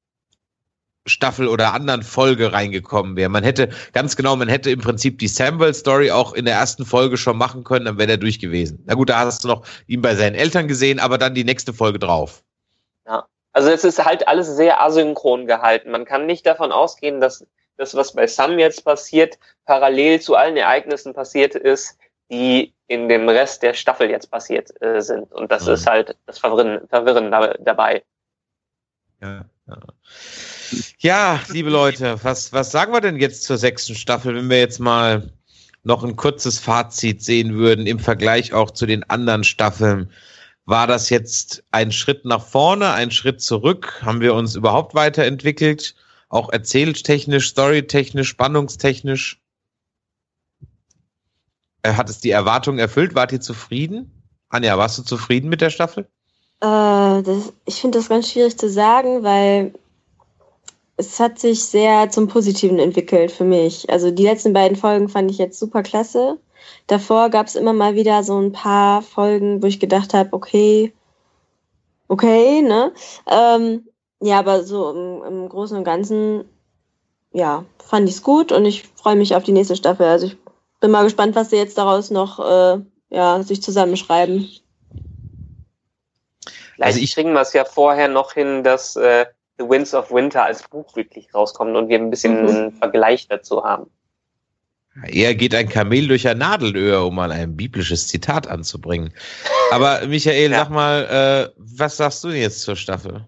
Staffel oder anderen Folge reingekommen wäre. Man hätte im Prinzip die Samwell-Story auch in der ersten Folge schon machen können, dann wäre der durch gewesen. Na gut, da hast du noch ihn bei seinen Eltern gesehen, aber dann die nächste Folge drauf. Ja, also es ist halt alles sehr asynchron gehalten. Man kann nicht davon ausgehen, dass das, was bei Sam jetzt passiert, parallel zu allen Ereignissen passiert ist, die in dem Rest der Staffel jetzt passiert sind. Und das ist halt das Verwirren dabei. Ja, liebe Leute, was sagen wir denn jetzt zur 6. Staffel, wenn wir jetzt mal noch ein kurzes Fazit sehen würden, im Vergleich auch zu den anderen Staffeln? War das jetzt ein Schritt nach vorne, ein Schritt zurück? Haben wir uns überhaupt weiterentwickelt? Auch erzähltechnisch, storytechnisch, spannungstechnisch. Hat es die Erwartungen erfüllt? Wart ihr zufrieden? Anja, warst du zufrieden mit der Staffel? Ich finde das ganz schwierig zu sagen, weil es hat sich sehr zum Positiven entwickelt für mich. Also die letzten beiden Folgen fand ich jetzt super klasse. Davor gab es immer mal wieder so ein paar Folgen, wo ich gedacht habe, okay, ne? Ja, aber so im Großen und Ganzen, ja, fand ich es gut und ich freue mich auf die nächste Staffel. Also ich bin mal gespannt, was sie jetzt daraus noch sich zusammenschreiben. Vielleicht kriegen wir es ja vorher noch hin, dass The Winds of Winter als Buch wirklich rauskommt und wir ein bisschen einen Vergleich dazu haben. Eher geht ein Kamel durch ein Nadelöhr, um mal ein biblisches Zitat anzubringen. Aber Michael, sag mal, was sagst du jetzt zur Staffel?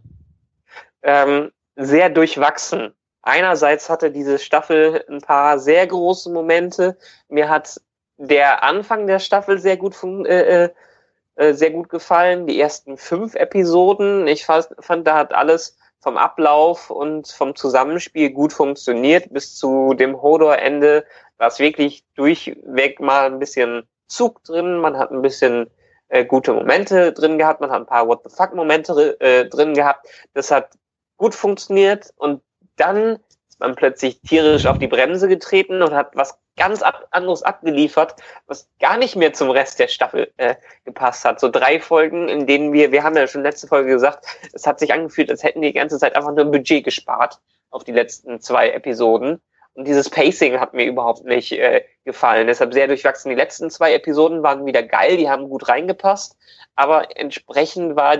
Sehr durchwachsen. Einerseits hatte diese Staffel ein paar sehr große Momente. Mir hat der Anfang der Staffel sehr gut gefallen. Die ersten 5 Episoden. Ich fand, da hat alles vom Ablauf und vom Zusammenspiel gut funktioniert. Bis zu dem Hodor-Ende war es wirklich durchweg mal ein bisschen Zug drin. Man hat ein bisschen gute Momente drin gehabt. Man hat ein paar What-the-fuck-Momente drin gehabt. Das hat gut funktioniert. Und dann ist man plötzlich tierisch auf die Bremse getreten und hat was ganz anderes abgeliefert, was gar nicht mehr zum Rest der Staffel gepasst hat. So 3 Folgen, in denen wir haben ja schon letzte Folge gesagt, es hat sich angefühlt, als hätten die ganze Zeit einfach nur ein Budget gespart auf die letzten 2 Episoden. Und dieses Pacing hat mir überhaupt nicht gefallen. Deshalb sehr durchwachsen. Die letzten 2 Episoden waren wieder geil, die haben gut reingepasst. Aber entsprechend war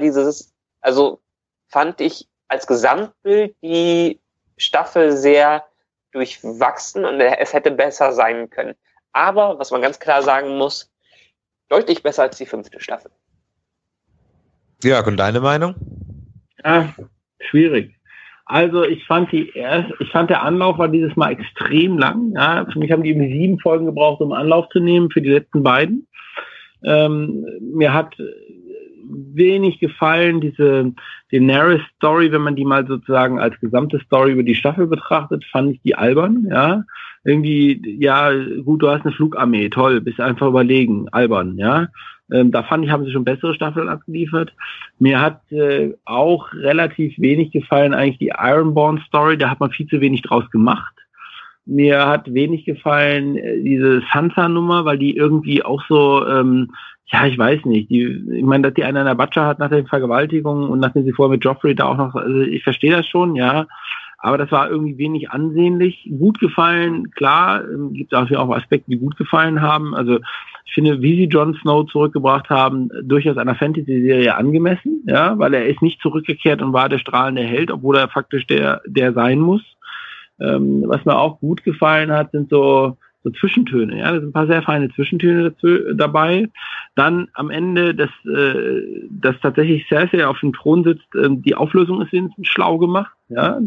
fand ich als Gesamtbild die Staffel sehr durchwachsen und es hätte besser sein können. Aber, was man ganz klar sagen muss, deutlich besser als die 5. Staffel. Jörg, und deine Meinung? Ja, schwierig. Also ich fand der Anlauf war dieses Mal extrem lang. Ja, für mich haben die 7 Folgen gebraucht, um Anlauf zu nehmen für die letzten beiden. Mir hat wenig gefallen, die Daenerys-Story, wenn man die mal sozusagen als gesamte Story über die Staffel betrachtet, fand ich die albern, ja. Irgendwie, ja, gut, du hast eine Flugarmee, toll, bist einfach überlegen, albern, ja. Da fand ich, haben sie schon bessere Staffeln abgeliefert. Mir hat auch relativ wenig gefallen eigentlich die Ironborn-Story, da hat man viel zu wenig draus gemacht. Mir hat wenig gefallen diese Sansa-Nummer, weil die irgendwie auch so, ja, ich weiß nicht. Ich meine, dass die einen an der Batscha hat nach den Vergewaltigungen und nachdem sie vorher mit Joffrey da auch noch, also ich verstehe das schon, ja. Aber das war irgendwie wenig ansehnlich. Gut gefallen, klar, gibt es auch Aspekte, die gut gefallen haben. Also ich finde, wie sie Jon Snow zurückgebracht haben, durchaus einer Fantasy-Serie angemessen, ja, weil er ist nicht zurückgekehrt und war der strahlende Held, obwohl er faktisch der sein muss. Was mir auch gut gefallen hat, sind so Zwischentöne, ja, da sind ein paar sehr feine Zwischentöne dabei. Dann am Ende, dass tatsächlich Cersei auf dem Thron sitzt, die Auflösung ist wenigstens schlau gemacht, ja,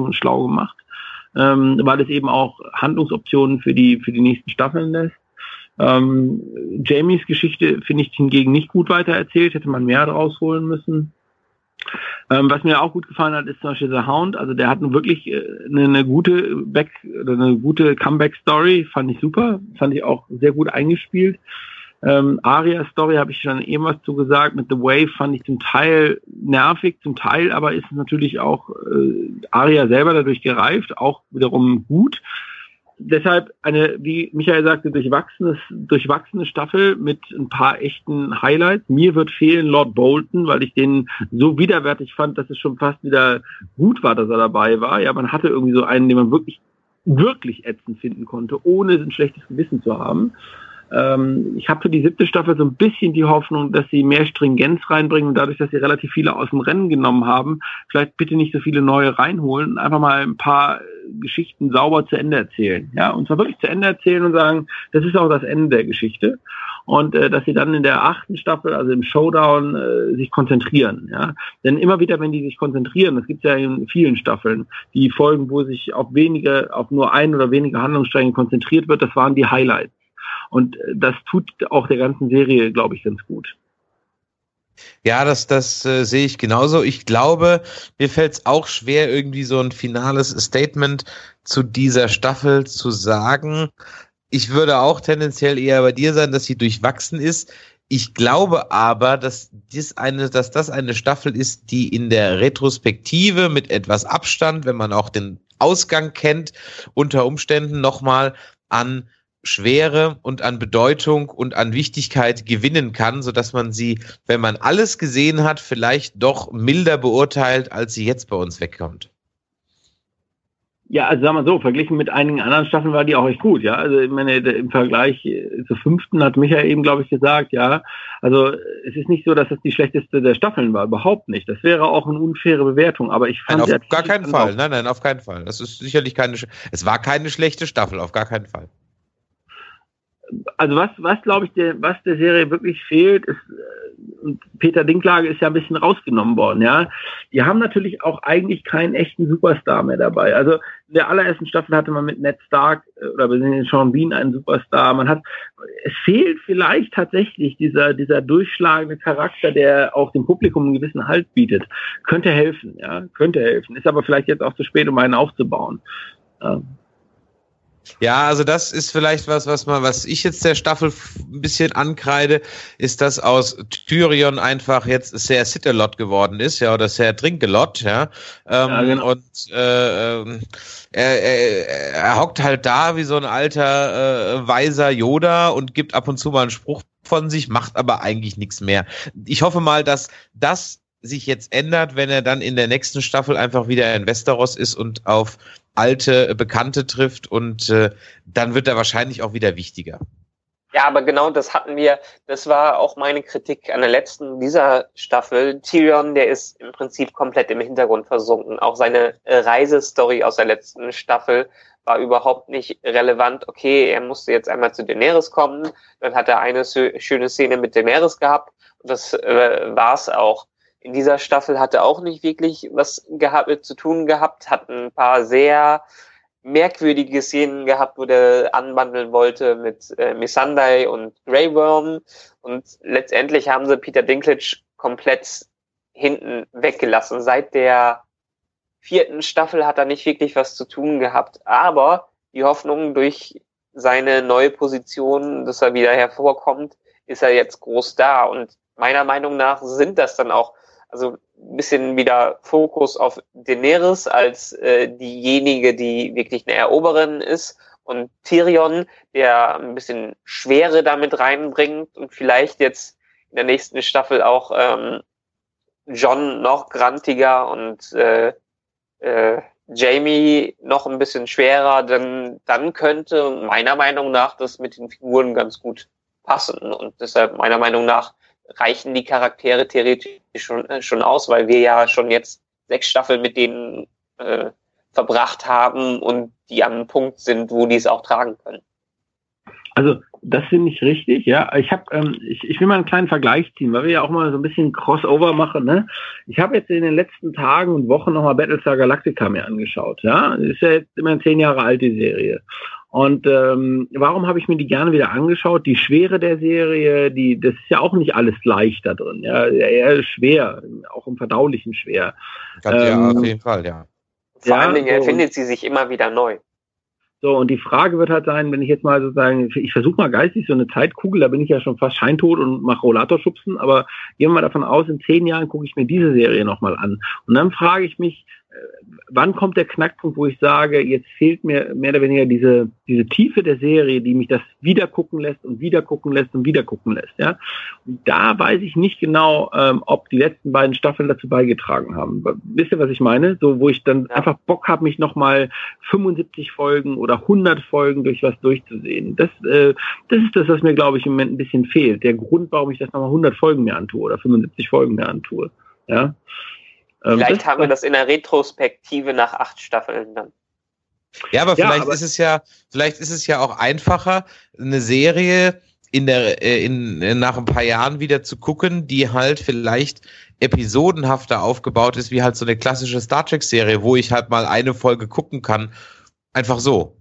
weil es eben auch Handlungsoptionen für die nächsten Staffeln lässt. Jaimies Geschichte finde ich hingegen nicht gut weitererzählt, hätte man mehr draus holen müssen. Was mir auch gut gefallen hat, ist zum Beispiel The Hound. Also der hat nun wirklich eine gute Comeback-Story, fand ich super, fand ich auch sehr gut eingespielt. Arya-Story habe ich schon eben was zu gesagt. Mit The Wave fand ich zum Teil nervig, zum Teil aber ist es natürlich auch Arya selber dadurch gereift, auch wiederum gut. Deshalb wie Michael sagte, durchwachsene Staffel mit ein paar echten Highlights. Mir wird fehlen Lord Bolton, weil ich den so widerwärtig fand, dass es schon fast wieder gut war, dass er dabei war. Ja, man hatte irgendwie so einen, den man wirklich, wirklich ätzend finden konnte, ohne ein schlechtes Gewissen zu haben. Ich habe für die 7. Staffel so ein bisschen die Hoffnung, dass sie mehr Stringenz reinbringen und dadurch, dass sie relativ viele aus dem Rennen genommen haben, vielleicht bitte nicht so viele neue reinholen und einfach mal ein paar Geschichten sauber zu Ende erzählen. Ja, und zwar wirklich zu Ende erzählen und sagen, das ist auch das Ende der Geschichte. Und dass sie dann in der 8. Staffel, also im Showdown, sich konzentrieren. Ja, denn immer wieder, wenn die sich konzentrieren, das gibt es ja in vielen Staffeln, die Folgen, wo sich auf nur ein oder wenige Handlungsstränge konzentriert wird, das waren die Highlights. Und das tut auch der ganzen Serie, glaube ich, ganz gut. Ja, das sehe ich genauso. Ich glaube, mir fällt es auch schwer, irgendwie so ein finales Statement zu dieser Staffel zu sagen. Ich würde auch tendenziell eher bei dir sein, dass sie durchwachsen ist. Ich glaube aber, dass das eine Staffel ist, die in der Retrospektive mit etwas Abstand, wenn man auch den Ausgang kennt, unter Umständen nochmal an Schwere und an Bedeutung und an Wichtigkeit gewinnen kann, sodass man sie, wenn man alles gesehen hat, vielleicht doch milder beurteilt, als sie jetzt bei uns wegkommt. Ja, also sagen wir so, verglichen mit einigen anderen Staffeln war die auch echt gut, ja. Also ich meine, im Vergleich zur 5. hat Michael eben, glaube ich, gesagt, ja. Also es ist nicht so, dass es die schlechteste der Staffeln war, überhaupt nicht. Das wäre auch eine unfaire Bewertung, aber ich fand... Nein, auf gar keinen Fall. Nein, auf keinen Fall. Das ist sicherlich es war keine schlechte Staffel, auf gar keinen Fall. Also was glaube ich, was der Serie wirklich fehlt, ist, und Peter Dinklage ist ja ein bisschen rausgenommen worden, ja. Die haben natürlich auch eigentlich keinen echten Superstar mehr dabei. Also in der allerersten Staffel hatte man mit Ned Stark oder Sean Bean einen Superstar. Es fehlt vielleicht tatsächlich dieser durchschlagende Charakter, der auch dem Publikum einen gewissen Halt bietet. Könnte helfen, ja, könnte helfen. Ist aber vielleicht jetzt auch zu spät, um einen aufzubauen. Ja, also das ist vielleicht was ich jetzt der Staffel ein bisschen ankreide, ist, dass aus Tyrion einfach jetzt Ser Sit-a-Lot geworden ist, ja, oder Ser Drink-a-Lot, ja. Genau. Und er hockt halt da wie so ein alter weiser Yoda und gibt ab und zu mal einen Spruch von sich, macht aber eigentlich nichts mehr. Ich hoffe mal, dass das sich jetzt ändert, wenn er dann in der nächsten Staffel einfach wieder in Westeros ist und auf alte Bekannte trifft und dann wird er wahrscheinlich auch wieder wichtiger. Ja, aber genau das das war auch meine Kritik an der letzten dieser Staffel. Tyrion, der ist im Prinzip komplett im Hintergrund versunken. Auch seine Reisestory aus der letzten Staffel war überhaupt nicht relevant. Okay, er musste jetzt einmal zu Daenerys kommen, dann hat er eine schöne Szene mit Daenerys gehabt und das war's auch. In dieser Staffel hat er auch nicht wirklich was zu tun gehabt, hat ein paar sehr merkwürdige Szenen gehabt, wo der anbandeln wollte mit Missandei und Grey Worm und letztendlich haben sie Peter Dinklage komplett hinten weggelassen. Seit der 4. Staffel hat er nicht wirklich was zu tun gehabt, aber die Hoffnung durch seine neue Position, dass er wieder hervorkommt, ist er jetzt groß da und meiner Meinung nach sind das dann auch also ein bisschen wieder Fokus auf Daenerys als diejenige, die wirklich eine Eroberin ist und Tyrion, der ein bisschen Schwere damit reinbringt und vielleicht jetzt in der nächsten Staffel auch Jon noch grantiger und Jaime noch ein bisschen schwerer, denn dann könnte meiner Meinung nach das mit den Figuren ganz gut passen und deshalb meiner Meinung nach reichen die Charaktere theoretisch schon aus, weil wir ja schon jetzt 6 Staffeln mit denen verbracht haben und die am Punkt sind, wo die es auch tragen können. Also das finde ich richtig, ja. Ich will mal einen kleinen Vergleich ziehen, weil wir ja auch mal so ein bisschen Crossover machen, ne? Ich habe jetzt in den letzten Tagen und Wochen nochmal Battlestar Galactica mir angeschaut, ja. Ist ja jetzt immerhin 10 Jahre alt, die Serie. Und warum habe ich mir die gerne wieder angeschaut? Die Schwere der Serie, das ist ja auch nicht alles leicht da drin, ja. Eher schwer, auch im Verdaulichen schwer. Ja, auf jeden Fall, ja. Vor allen Dingen erfindet sie sich immer wieder neu. So, und die Frage wird halt sein, wenn ich jetzt mal sozusagen, ich versuche mal geistig so eine Zeitkugel, da bin ich ja schon fast scheintot und mache Rollatorschubsen, aber gehen wir mal davon aus, in 10 Jahren gucke ich mir diese Serie nochmal an. Und dann frage ich mich, wann kommt der Knackpunkt, wo ich sage, jetzt fehlt mir mehr oder weniger diese Tiefe der Serie, die mich das wieder gucken lässt und wieder gucken lässt und wieder gucken lässt, ja. Und da weiß ich nicht genau, ob die letzten beiden Staffeln dazu beigetragen haben. Wisst ihr, was ich meine? So, wo ich dann einfach Bock habe, mich nochmal 75 Folgen oder 100 Folgen durch was durchzusehen. Das ist das, was mir, glaube ich, im Moment ein bisschen fehlt. Der Grund, warum ich das nochmal 100 Folgen mehr antue oder 75 Folgen mehr antue, ja. Vielleicht haben wir das in der Retrospektive nach 8 Staffeln dann. Ja, aber vielleicht ist es ja auch einfacher, eine Serie nach ein paar Jahren wieder zu gucken, die halt vielleicht episodenhafter aufgebaut ist, wie halt so eine klassische Star Trek Serie, wo ich halt mal eine Folge gucken kann. Einfach so.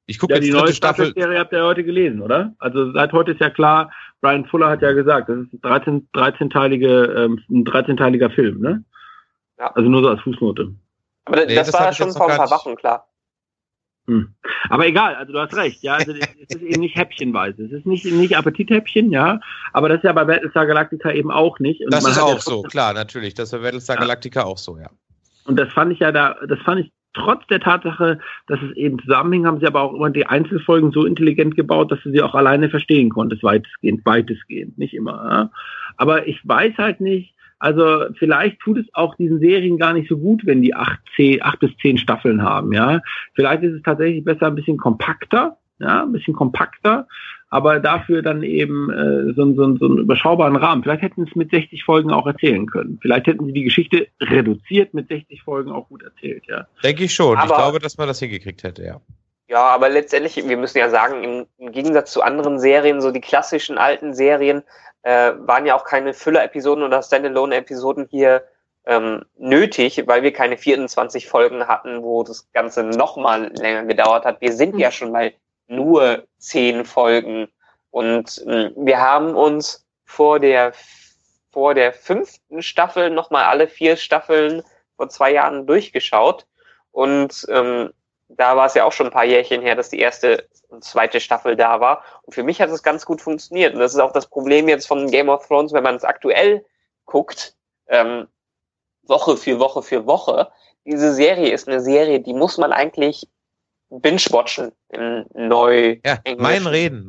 Ich gucke Ja, jetzt die dritte neue Staffel. Staffel-Serie habt ihr heute gelesen, oder? Also seit heute ist ja klar, Brian Fuller hat ja gesagt, das ist ein 13-teiliger Film, ne? Ja. Also nur so als Fußnote. Aber Nee, das das war hab ja ich schon jetzt vor noch ein gar paar nicht. Wochen klar. Aber egal, also du hast recht, ja, also es ist eben nicht häppchenweise. Es ist nicht Appetithäppchen, ja, aber das ist ja bei Battlestar Galactica eben auch nicht. Und Das man ist hat ja auch so, klar, natürlich. Das war Battlestar Galactica auch so, ja. Und das fand ich trotz der Tatsache, dass es eben Zusammenhänge, haben sie aber auch immer die Einzelfolgen so intelligent gebaut, dass du sie auch alleine verstehen konntest, weitestgehend, nicht immer. Ja? Aber ich weiß halt nicht, also vielleicht tut es auch diesen Serien gar nicht so gut, wenn die 8 bis 10 Staffeln haben, ja. Vielleicht ist es tatsächlich besser ein bisschen kompakter, aber dafür dann eben so einen überschaubaren Rahmen. Vielleicht hätten sie es mit 60 Folgen auch erzählen können. Vielleicht hätten sie die Geschichte reduziert mit 60 Folgen auch gut erzählt, ja. Denke ich schon. Aber ich glaube, dass man das hingekriegt hätte, ja. Ja, aber letztendlich, wir müssen ja sagen, im Gegensatz zu anderen Serien, so die klassischen alten Serien, waren ja auch keine Füller-Episoden oder Standalone-Episoden hier nötig, weil wir keine 24 Folgen hatten, wo das Ganze nochmal länger gedauert hat. Wir sind ja schon mal nur 10 Folgen und wir haben uns vor der 5. Staffel nochmal alle 4 Staffeln vor 2 Jahren durchgeschaut und da war es ja auch schon ein paar Jährchen her, dass die 1. und 2. Staffel da war. Und für mich hat es ganz gut funktioniert. Und das ist auch das Problem jetzt von Game of Thrones, wenn man es aktuell guckt, Woche für Woche für Woche. Diese Serie ist eine Serie, die muss man eigentlich binge-watchen in Ja, mein Reden.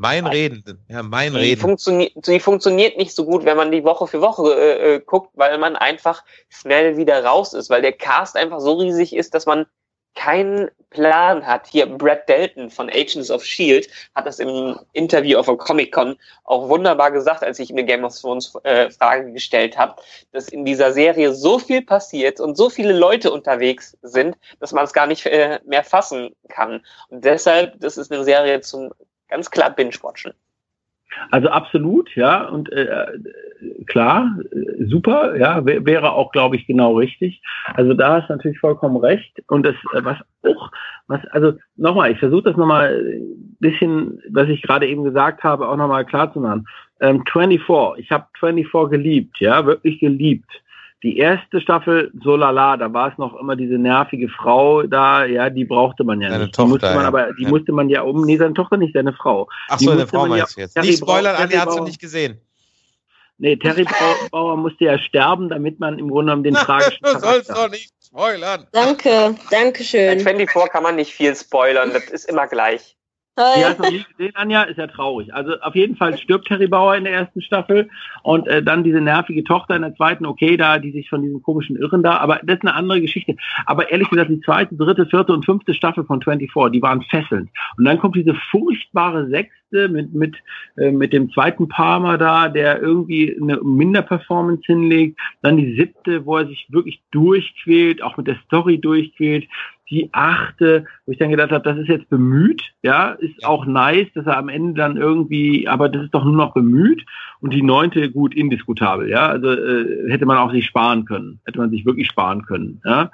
Die funktioniert nicht so gut, wenn man die Woche für Woche guckt, weil man einfach schnell wieder raus ist, weil der Cast einfach so riesig ist, dass man keinen Plan hat. Hier Brad Dalton von Agents of S.H.I.E.L.D. hat das im Interview auf der Comic-Con auch wunderbar gesagt, als ich mir Game of Thrones Frage gestellt habe, dass in dieser Serie so viel passiert und so viele Leute unterwegs sind, dass man es gar nicht mehr fassen kann. Und deshalb, das ist eine Serie zum ganz klar Binge-Watchen. Also absolut, ja, und klar, super, ja, wäre auch, glaube ich, genau richtig. Also da hast du natürlich vollkommen recht. Und das, also nochmal, ich versuche das nochmal ein bisschen, was ich gerade eben gesagt habe, auch nochmal klar zu machen. 24, ich habe 24 geliebt, ja, wirklich geliebt. Die erste Staffel, so lala, da war es noch immer diese nervige Frau da, ja, die brauchte man ja seine nicht. Tochter, Die musste man ja nee, seine Tochter nicht, seine Frau. Ach so, eine Frau meinst du jetzt. Nicht spoilern, Anja hat's noch nicht gesehen. Nee, Terry Bauer musste ja sterben, damit man im Grunde genommen den tragischen Du sollst doch nicht spoilern. Danke schön. Bei 24 kann man nicht viel spoilern, das ist immer gleich. Die hast du noch nie gesehen, Anja, ist ja traurig. Also auf jeden Fall stirbt Terry Bauer in der ersten Staffel und dann diese nervige Tochter in der zweiten, okay, da, die sich von diesem komischen Irren da, aber das ist eine andere Geschichte. Aber ehrlich gesagt, die 2., 3., 4. und 5. Staffel von 24, die waren fesselnd. Und dann kommt diese furchtbare 6. mit dem zweiten Palmer da, der irgendwie eine Minderperformance hinlegt. Dann die 7., wo er sich wirklich durchquält, auch mit der Story durchquält. Die 8., wo ich dann gedacht habe, das ist jetzt bemüht, ja, ist auch nice, dass er am Ende dann irgendwie, aber das ist doch nur noch bemüht. Und die 9., gut, indiskutabel, ja, also hätte man sich wirklich sparen können, ja.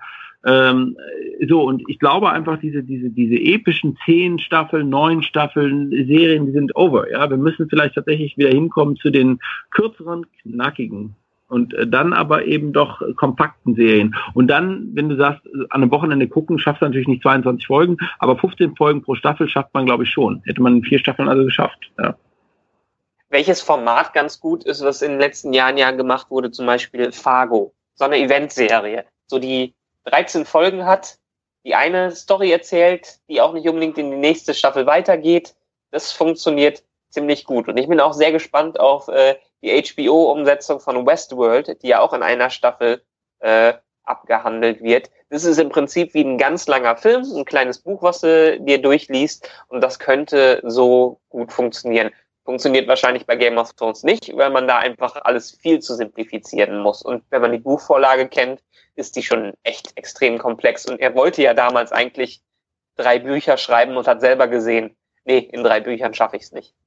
So, und ich glaube einfach, diese epischen 10 Staffeln, 9 Staffeln, Serien, die sind over, ja. Wir müssen vielleicht tatsächlich wieder hinkommen zu den kürzeren, knackigen und dann aber eben doch kompakten Serien. Und dann, wenn du sagst, an einem Wochenende gucken, schaffst du natürlich nicht 22 Folgen, aber 15 Folgen pro Staffel schafft man, glaube ich, schon. Hätte man in 4 Staffeln also geschafft, ja. Welches Format ganz gut ist, was in den letzten Jahren ja gemacht wurde, zum Beispiel Fargo, so eine Eventserie, so die 13 Folgen hat, die eine Story erzählt, die auch nicht unbedingt in die nächste Staffel weitergeht. Das funktioniert ziemlich gut. Und ich bin auch sehr gespannt auf die HBO-Umsetzung von Westworld, die ja auch in einer Staffel abgehandelt wird. Das ist im Prinzip wie ein ganz langer Film, ein kleines Buch, was du dir durchliest. Und das könnte so gut funktionieren. Funktioniert wahrscheinlich bei Game of Thrones nicht, weil man da einfach alles viel zu simplifizieren muss. Und wenn man die Buchvorlage kennt, ist die schon echt extrem komplex. Und er wollte ja damals eigentlich 3 Bücher schreiben und hat selber gesehen, nee, in 3 Büchern schaffe ich es nicht.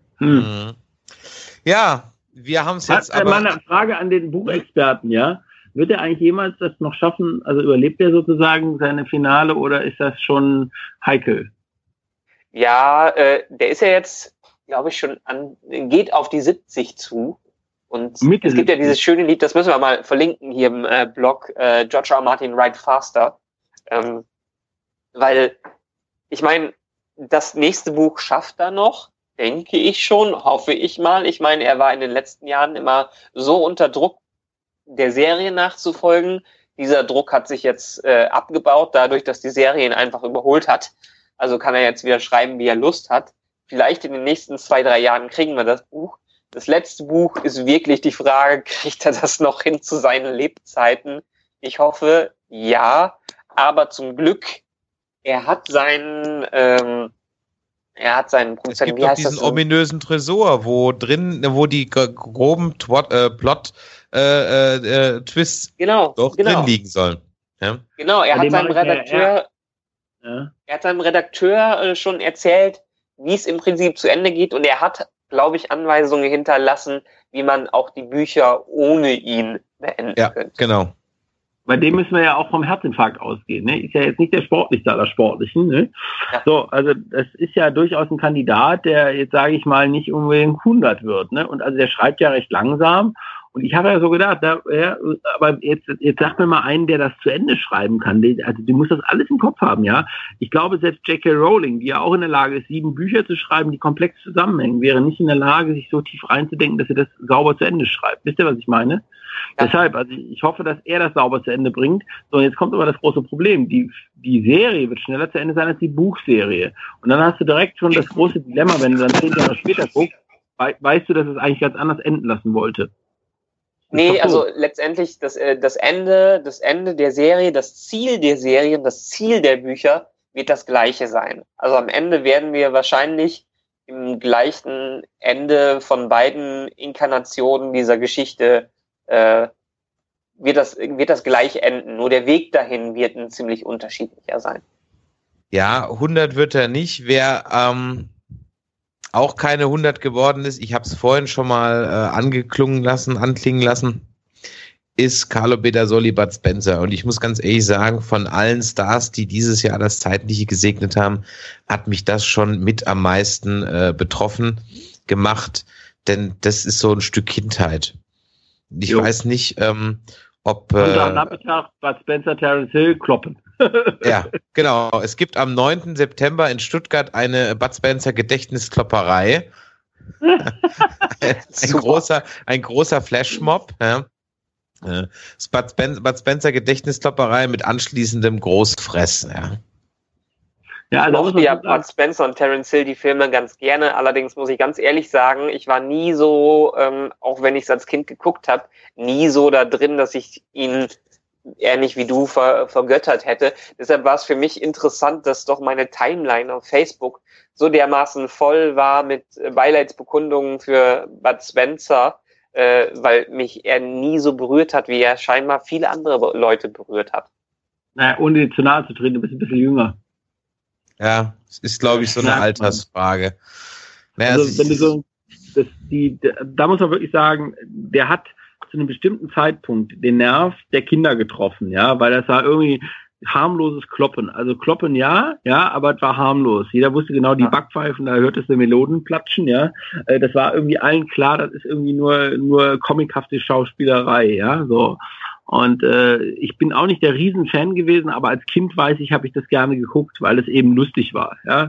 Ja, wir haben es jetzt aber... Mal eine Frage an den Buchexperten, ja? Wird er eigentlich jemals das noch schaffen? Also überlebt er sozusagen seine Finale oder ist das schon heikel? Ja, der ist ja jetzt, glaube ich, geht auf die 70 zu. Und es gibt ja dieses schöne Lied, das müssen wir mal verlinken hier im Blog, George R. Martin Write Faster. Weil, ich meine, das nächste Buch schafft er noch, denke ich schon, hoffe ich mal. Ich meine, er war in den letzten Jahren immer so unter Druck, der Serie nachzufolgen. Dieser Druck hat sich jetzt abgebaut, dadurch, dass die Serie ihn einfach überholt hat. Also kann er jetzt wieder schreiben, wie er Lust hat. Vielleicht in den nächsten 2-3 Jahren kriegen wir das Buch. Das letzte Buch ist wirklich die Frage, kriegt er das noch hin zu seinen Lebzeiten? Ich hoffe, ja. Aber zum Glück, er hat seinen Produzenten, es gibt doch diesen ominösen Tresor, wo die groben Plot-Twists drin liegen sollen. Ja? Genau, er hat seinem Redakteur schon erzählt, wie es im Prinzip zu Ende geht, und er hat, glaube ich, Anweisungen hinterlassen, wie man auch die Bücher ohne ihn beenden könnte. Ja, genau. Bei dem müssen wir ja auch vom Herzinfarkt ausgehen, ne? Ist ja jetzt nicht der Sportlichste aller Sportlichen, ne? Ja. So, also das ist ja durchaus ein Kandidat, der jetzt, sage ich mal, nicht unbedingt 100 wird, ne? Und also der schreibt ja recht langsam. Und ich habe ja so gedacht, aber jetzt sag mir mal einen, der das zu Ende schreiben kann. Also du musst das alles im Kopf haben, ja. Ich glaube, selbst J.K. Rowling, die ja auch in der Lage ist, 7 Bücher zu schreiben, die komplex zusammenhängen, wäre nicht in der Lage, sich so tief reinzudenken, dass sie das sauber zu Ende schreibt. Wisst ihr, was ich meine? Ja. Deshalb, also ich hoffe, dass er das sauber zu Ende bringt. So, und jetzt kommt aber das große Problem. Die Serie wird schneller zu Ende sein als die Buchserie. Und dann hast du direkt schon das große Dilemma, wenn du dann 10 Jahre später guckst, weißt du, dass es eigentlich ganz anders enden lassen wollte. Nee, also letztendlich das Ende der Serie, das Ziel der Serien, das Ziel der Bücher wird das gleiche sein. Also am Ende werden wir wahrscheinlich im gleichen Ende von beiden Inkarnationen dieser Geschichte wird das gleich enden. Nur der Weg dahin wird ein ziemlich unterschiedlicher sein. Ja, 100 wird er nicht. Wer auch keine 100 geworden ist, ich habe es vorhin schon mal anklingen lassen, ist Carlo Betasoli Bud Spencer. Und ich muss ganz ehrlich sagen, von allen Stars, die dieses Jahr das Zeitliche gesegnet haben, hat mich das schon mit am meisten betroffen gemacht, denn das ist so ein Stück Kindheit. Ich weiß nicht, ob... Und am Nachmittag Bud Spencer, Terence Hill kloppen. Ja, genau. Es gibt am 9. September in Stuttgart eine Bud Spencer Gedächtnisklopperei. ein großer Flashmob. Ja. Bud Spencer Gedächtnisklopperei mit anschließendem Großfress. Ja. Ja, also ich mochte ja Bud Spencer und Terence Hill die Filme ganz gerne. Allerdings muss ich ganz ehrlich sagen, ich war nie so, auch wenn ich es als Kind geguckt habe, nie so da drin, dass ich ihn ähnlich wie du vergöttert hätte. Deshalb war es für mich interessant, dass doch meine Timeline auf Facebook so dermaßen voll war mit Beileidsbekundungen für Bud Spencer, weil mich er nie so berührt hat, wie er scheinbar viele andere Leute berührt hat. Naja, ohne dir zu nahe zu treten, du bist ein bisschen jünger. Ja, es ist, glaube ich, so eine Altersfrage. Naja, also wenn du so, da muss man wirklich sagen, der hat zu einem bestimmten Zeitpunkt den Nerv der Kinder getroffen, ja, weil das war irgendwie harmloses Kloppen. Also Kloppen ja, aber es war harmlos. Jeder wusste genau, die Backpfeifen, da hörtest du Meloden platschen, ja. Das war irgendwie allen klar, das ist irgendwie nur comichafte Schauspielerei, ja, so. Und ich bin auch nicht der Riesenfan gewesen, aber als Kind weiß ich, habe ich das gerne geguckt, weil es eben lustig war, ja.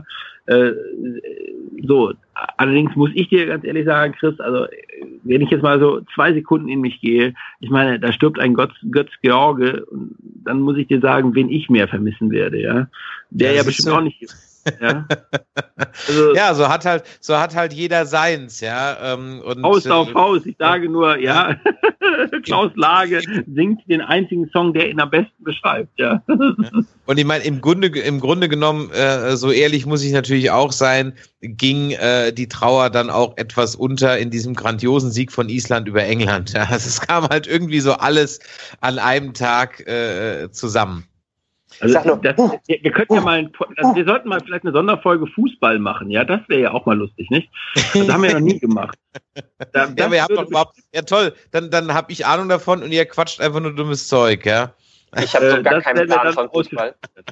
So, allerdings muss ich dir ganz ehrlich sagen, Chris, also wenn ich jetzt mal so 2 Sekunden in mich gehe, ich meine, da stirbt ein Götz George, und dann muss ich dir sagen, wen ich mehr vermissen werde, ja. Der ja bestimmt auch nicht. Ja, also, ja, so hat halt jeder seins, ja. Und Haus auf Haus, ich sage nur, ja, Klaus Lage singt den einzigen Song, der ihn am besten beschreibt, ja. Und ich meine, im Grunde genommen, so ehrlich muss ich natürlich auch sein, ging die Trauer dann auch etwas unter in diesem grandiosen Sieg von Island über England. Ja. Also es kam halt irgendwie so alles an einem Tag zusammen. Also wir könnten ja mal, wir sollten mal vielleicht eine Sonderfolge Fußball machen, ja, das wäre ja auch mal lustig, nicht? Das haben wir noch nie gemacht. Aber ihr habt doch überhaupt, ja toll, dann habe ich Ahnung davon und ihr quatscht einfach nur dummes Zeug, ja. Ich habe so gar keinen Plan von Fußball.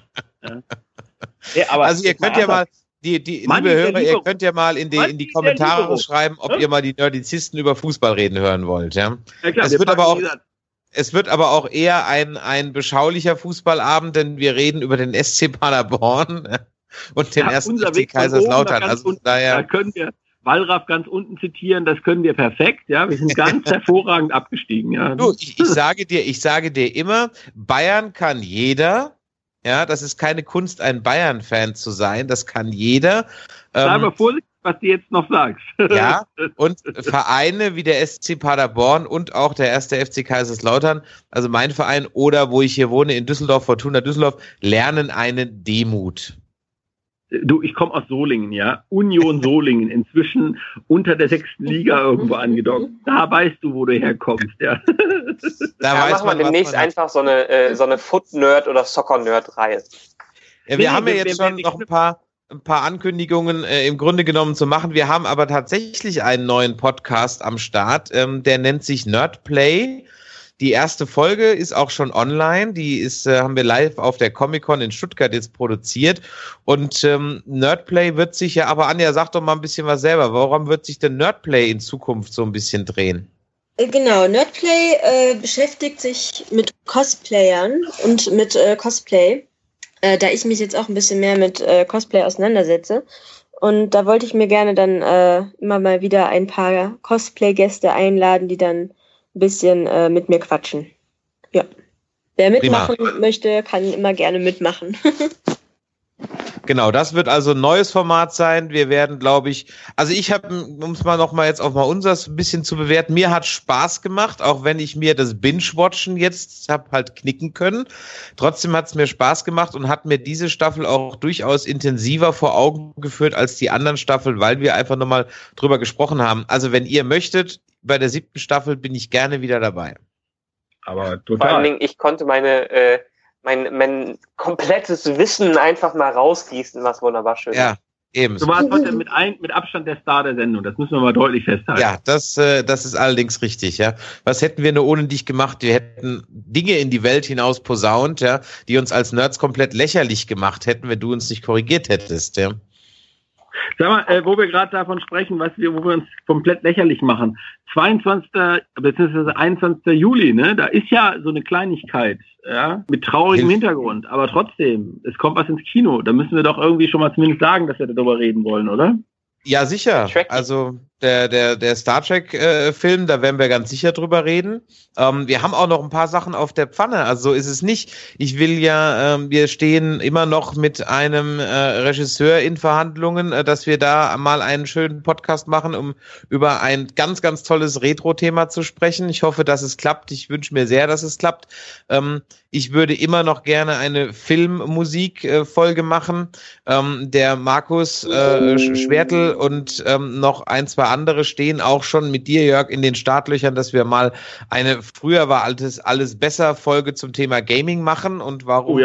Ja, aber also ihr könnt ja mal, liebe Hörer, ihr könnt ja mal in die Kommentare schreiben, ob ihr mal die Nerdizisten über Fußball reden hören wollt, ja. Ja klar, es wird aber auch eher ein beschaulicher Fußballabend, denn wir reden über den SC Paderborn und den ersten FC Kaiserslautern. Also daher, da können wir Wallraff ganz unten zitieren, das können wir perfekt, ja. Wir sind ganz hervorragend abgestiegen, ja. Du, ich sage dir immer, Bayern kann jeder. Ja, das ist keine Kunst, ein Bayern-Fan zu sein. Das kann jeder. Sei aber vorsichtig, was du jetzt noch sagst. Ja, und Vereine wie der SC Paderborn und auch der erste FC Kaiserslautern, also mein Verein oder wo ich hier wohne in Düsseldorf, Fortuna Düsseldorf, lernen eine Demut. Du, ich komme aus Solingen, ja. Union Solingen, inzwischen unter der 6. Liga irgendwo angedockt. Da weißt du, wo du herkommst, ja. Da machen wir demnächst einfach so eine Foot-Nerd- oder Soccer-Nerd-Reihe. Ja, wir haben ja jetzt schon noch ein paar Ankündigungen im Grunde genommen zu machen. Wir haben aber tatsächlich einen neuen Podcast am Start, der nennt sich Nerdplay. Die erste Folge ist auch schon online, haben wir live auf der Comic-Con in Stuttgart jetzt produziert und Nerdplay wird sich ja, aber Anja, sag doch mal ein bisschen was selber, warum wird sich denn Nerdplay in Zukunft so ein bisschen drehen? Genau, Nerdplay beschäftigt sich mit Cosplayern und mit Cosplay, da ich mich jetzt auch ein bisschen mehr mit Cosplay auseinandersetze. Und da wollte ich mir gerne dann immer mal wieder ein paar Cosplay-Gäste einladen, die dann ein bisschen mit mir quatschen. Ja. Wer mitmachen möchte, kann immer gerne mitmachen. Genau, das wird also ein neues Format sein. Wir werden, glaube ich, also ich habe, um es mal nochmal jetzt auch mal unseres ein bisschen zu bewerten, mir hat Spaß gemacht, auch wenn ich mir das Binge-Watchen jetzt habe halt knicken können. Trotzdem hat es mir Spaß gemacht und hat mir diese Staffel auch durchaus intensiver vor Augen geführt als die anderen Staffeln, weil wir einfach nochmal drüber gesprochen haben. Also wenn ihr möchtet, bei der 7. Staffel bin ich gerne wieder dabei. Aber total. Vor allen Dingen, ich konnte mein komplettes Wissen einfach mal rausgießen, was wunderbar schön ist. Ja, eben. Du warst heute mit Abstand der Star der Sendung, das müssen wir mal deutlich festhalten. Ja, das ist allerdings richtig, ja. Was hätten wir nur ohne dich gemacht? Wir hätten Dinge in die Welt hinaus posaunt, ja, die uns als Nerds komplett lächerlich gemacht hätten, wenn du uns nicht korrigiert hättest, ja. Sag mal, wo wir gerade davon sprechen, wo wir uns komplett lächerlich machen. 22. bzw. 21. Juli, ne? Da ist ja so eine Kleinigkeit, ja, mit traurigem Hintergrund. Aber trotzdem, es kommt was ins Kino. Da müssen wir doch irgendwie schon mal zumindest sagen, dass wir darüber reden wollen, oder? Ja, sicher. Also der Star Trek Film, da werden wir ganz sicher drüber reden. Wir haben auch noch ein paar Sachen auf der Pfanne, also so ist es nicht. Ich will ja, wir stehen immer noch mit einem Regisseur in Verhandlungen, dass wir da mal einen schönen Podcast machen, um über ein ganz, ganz tolles Retro-Thema zu sprechen. Ich hoffe, dass es klappt. Ich wünsche mir sehr, dass es klappt. Ich würde immer noch gerne eine Filmmusik-Folge machen. Der Markus Schwertl und noch ein, zwei andere stehen auch schon mit dir, Jörg, in den Startlöchern, dass wir mal eine früher war alles besser Folge zum Thema Gaming machen und warum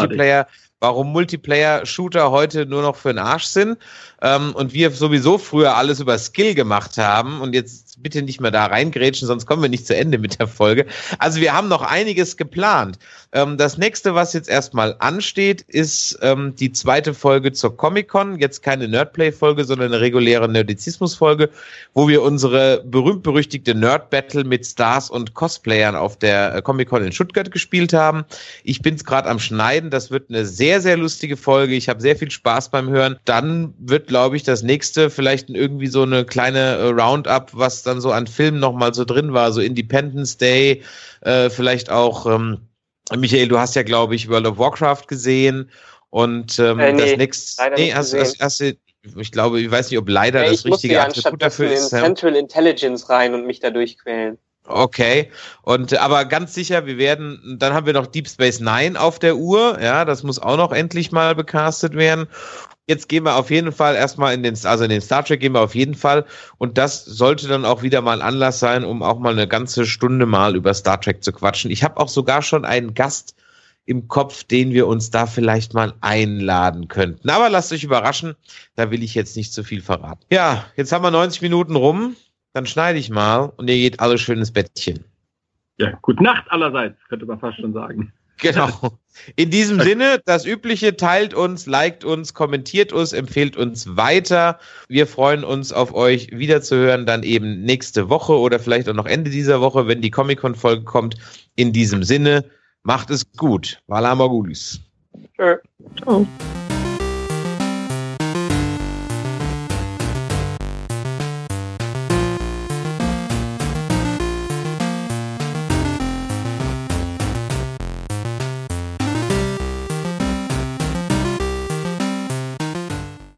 Multiplayer-Shooter heute nur noch für den Arsch sind und wir sowieso früher alles über Skill gemacht haben und jetzt bitte nicht mehr da reingrätschen, sonst kommen wir nicht zu Ende mit der Folge. Also wir haben noch einiges geplant. Das nächste, was jetzt erstmal ansteht, ist die 2. Folge zur Comic-Con. Jetzt keine Nerdplay-Folge, sondern eine reguläre Nerdizismus-Folge, wo wir unsere berühmt-berüchtigte Nerd-Battle mit Stars und Cosplayern auf der Comic-Con in Stuttgart gespielt haben. Ich bin's gerade am Schneiden. Das wird eine sehr, sehr lustige Folge. Ich habe sehr viel Spaß beim Hören. Dann wird, glaube ich, das nächste vielleicht irgendwie so eine kleine Roundup, was dann so an Filmen nochmal so drin war, so Independence Day, vielleicht auch Michael, du hast ja, glaube ich, World of Warcraft gesehen und das nächste, hast du, ich glaube, ich weiß nicht, ob leider das richtige Attribut dafür ist. Ich muss in Central Intelligence rein und mich da durchquälen. Okay, aber ganz sicher, dann haben wir noch Deep Space Nine auf der Uhr, ja, das muss auch noch endlich mal becastet werden. Jetzt gehen wir auf jeden Fall erstmal in den Star Trek gehen wir auf jeden Fall und das sollte dann auch wieder mal Anlass sein, um auch mal eine ganze Stunde mal über Star Trek zu quatschen. Ich habe auch sogar schon einen Gast im Kopf, den wir uns da vielleicht mal einladen könnten. Aber lasst euch überraschen, da will ich jetzt nicht zu viel verraten. Ja, jetzt haben wir 90 Minuten rum, dann schneide ich mal und ihr geht alle schön ins Bettchen. Ja, gute Nacht allerseits, könnte man fast schon sagen. Genau. In diesem Sinne, das Übliche, teilt uns, liked uns, kommentiert uns, empfehlt uns weiter. Wir freuen uns auf euch wiederzuhören, dann eben nächste Woche oder vielleicht auch noch Ende dieser Woche, wenn die Comic-Con-Folge kommt. In diesem Sinne, macht es gut. Vala Morgulis. Tschö. Oh.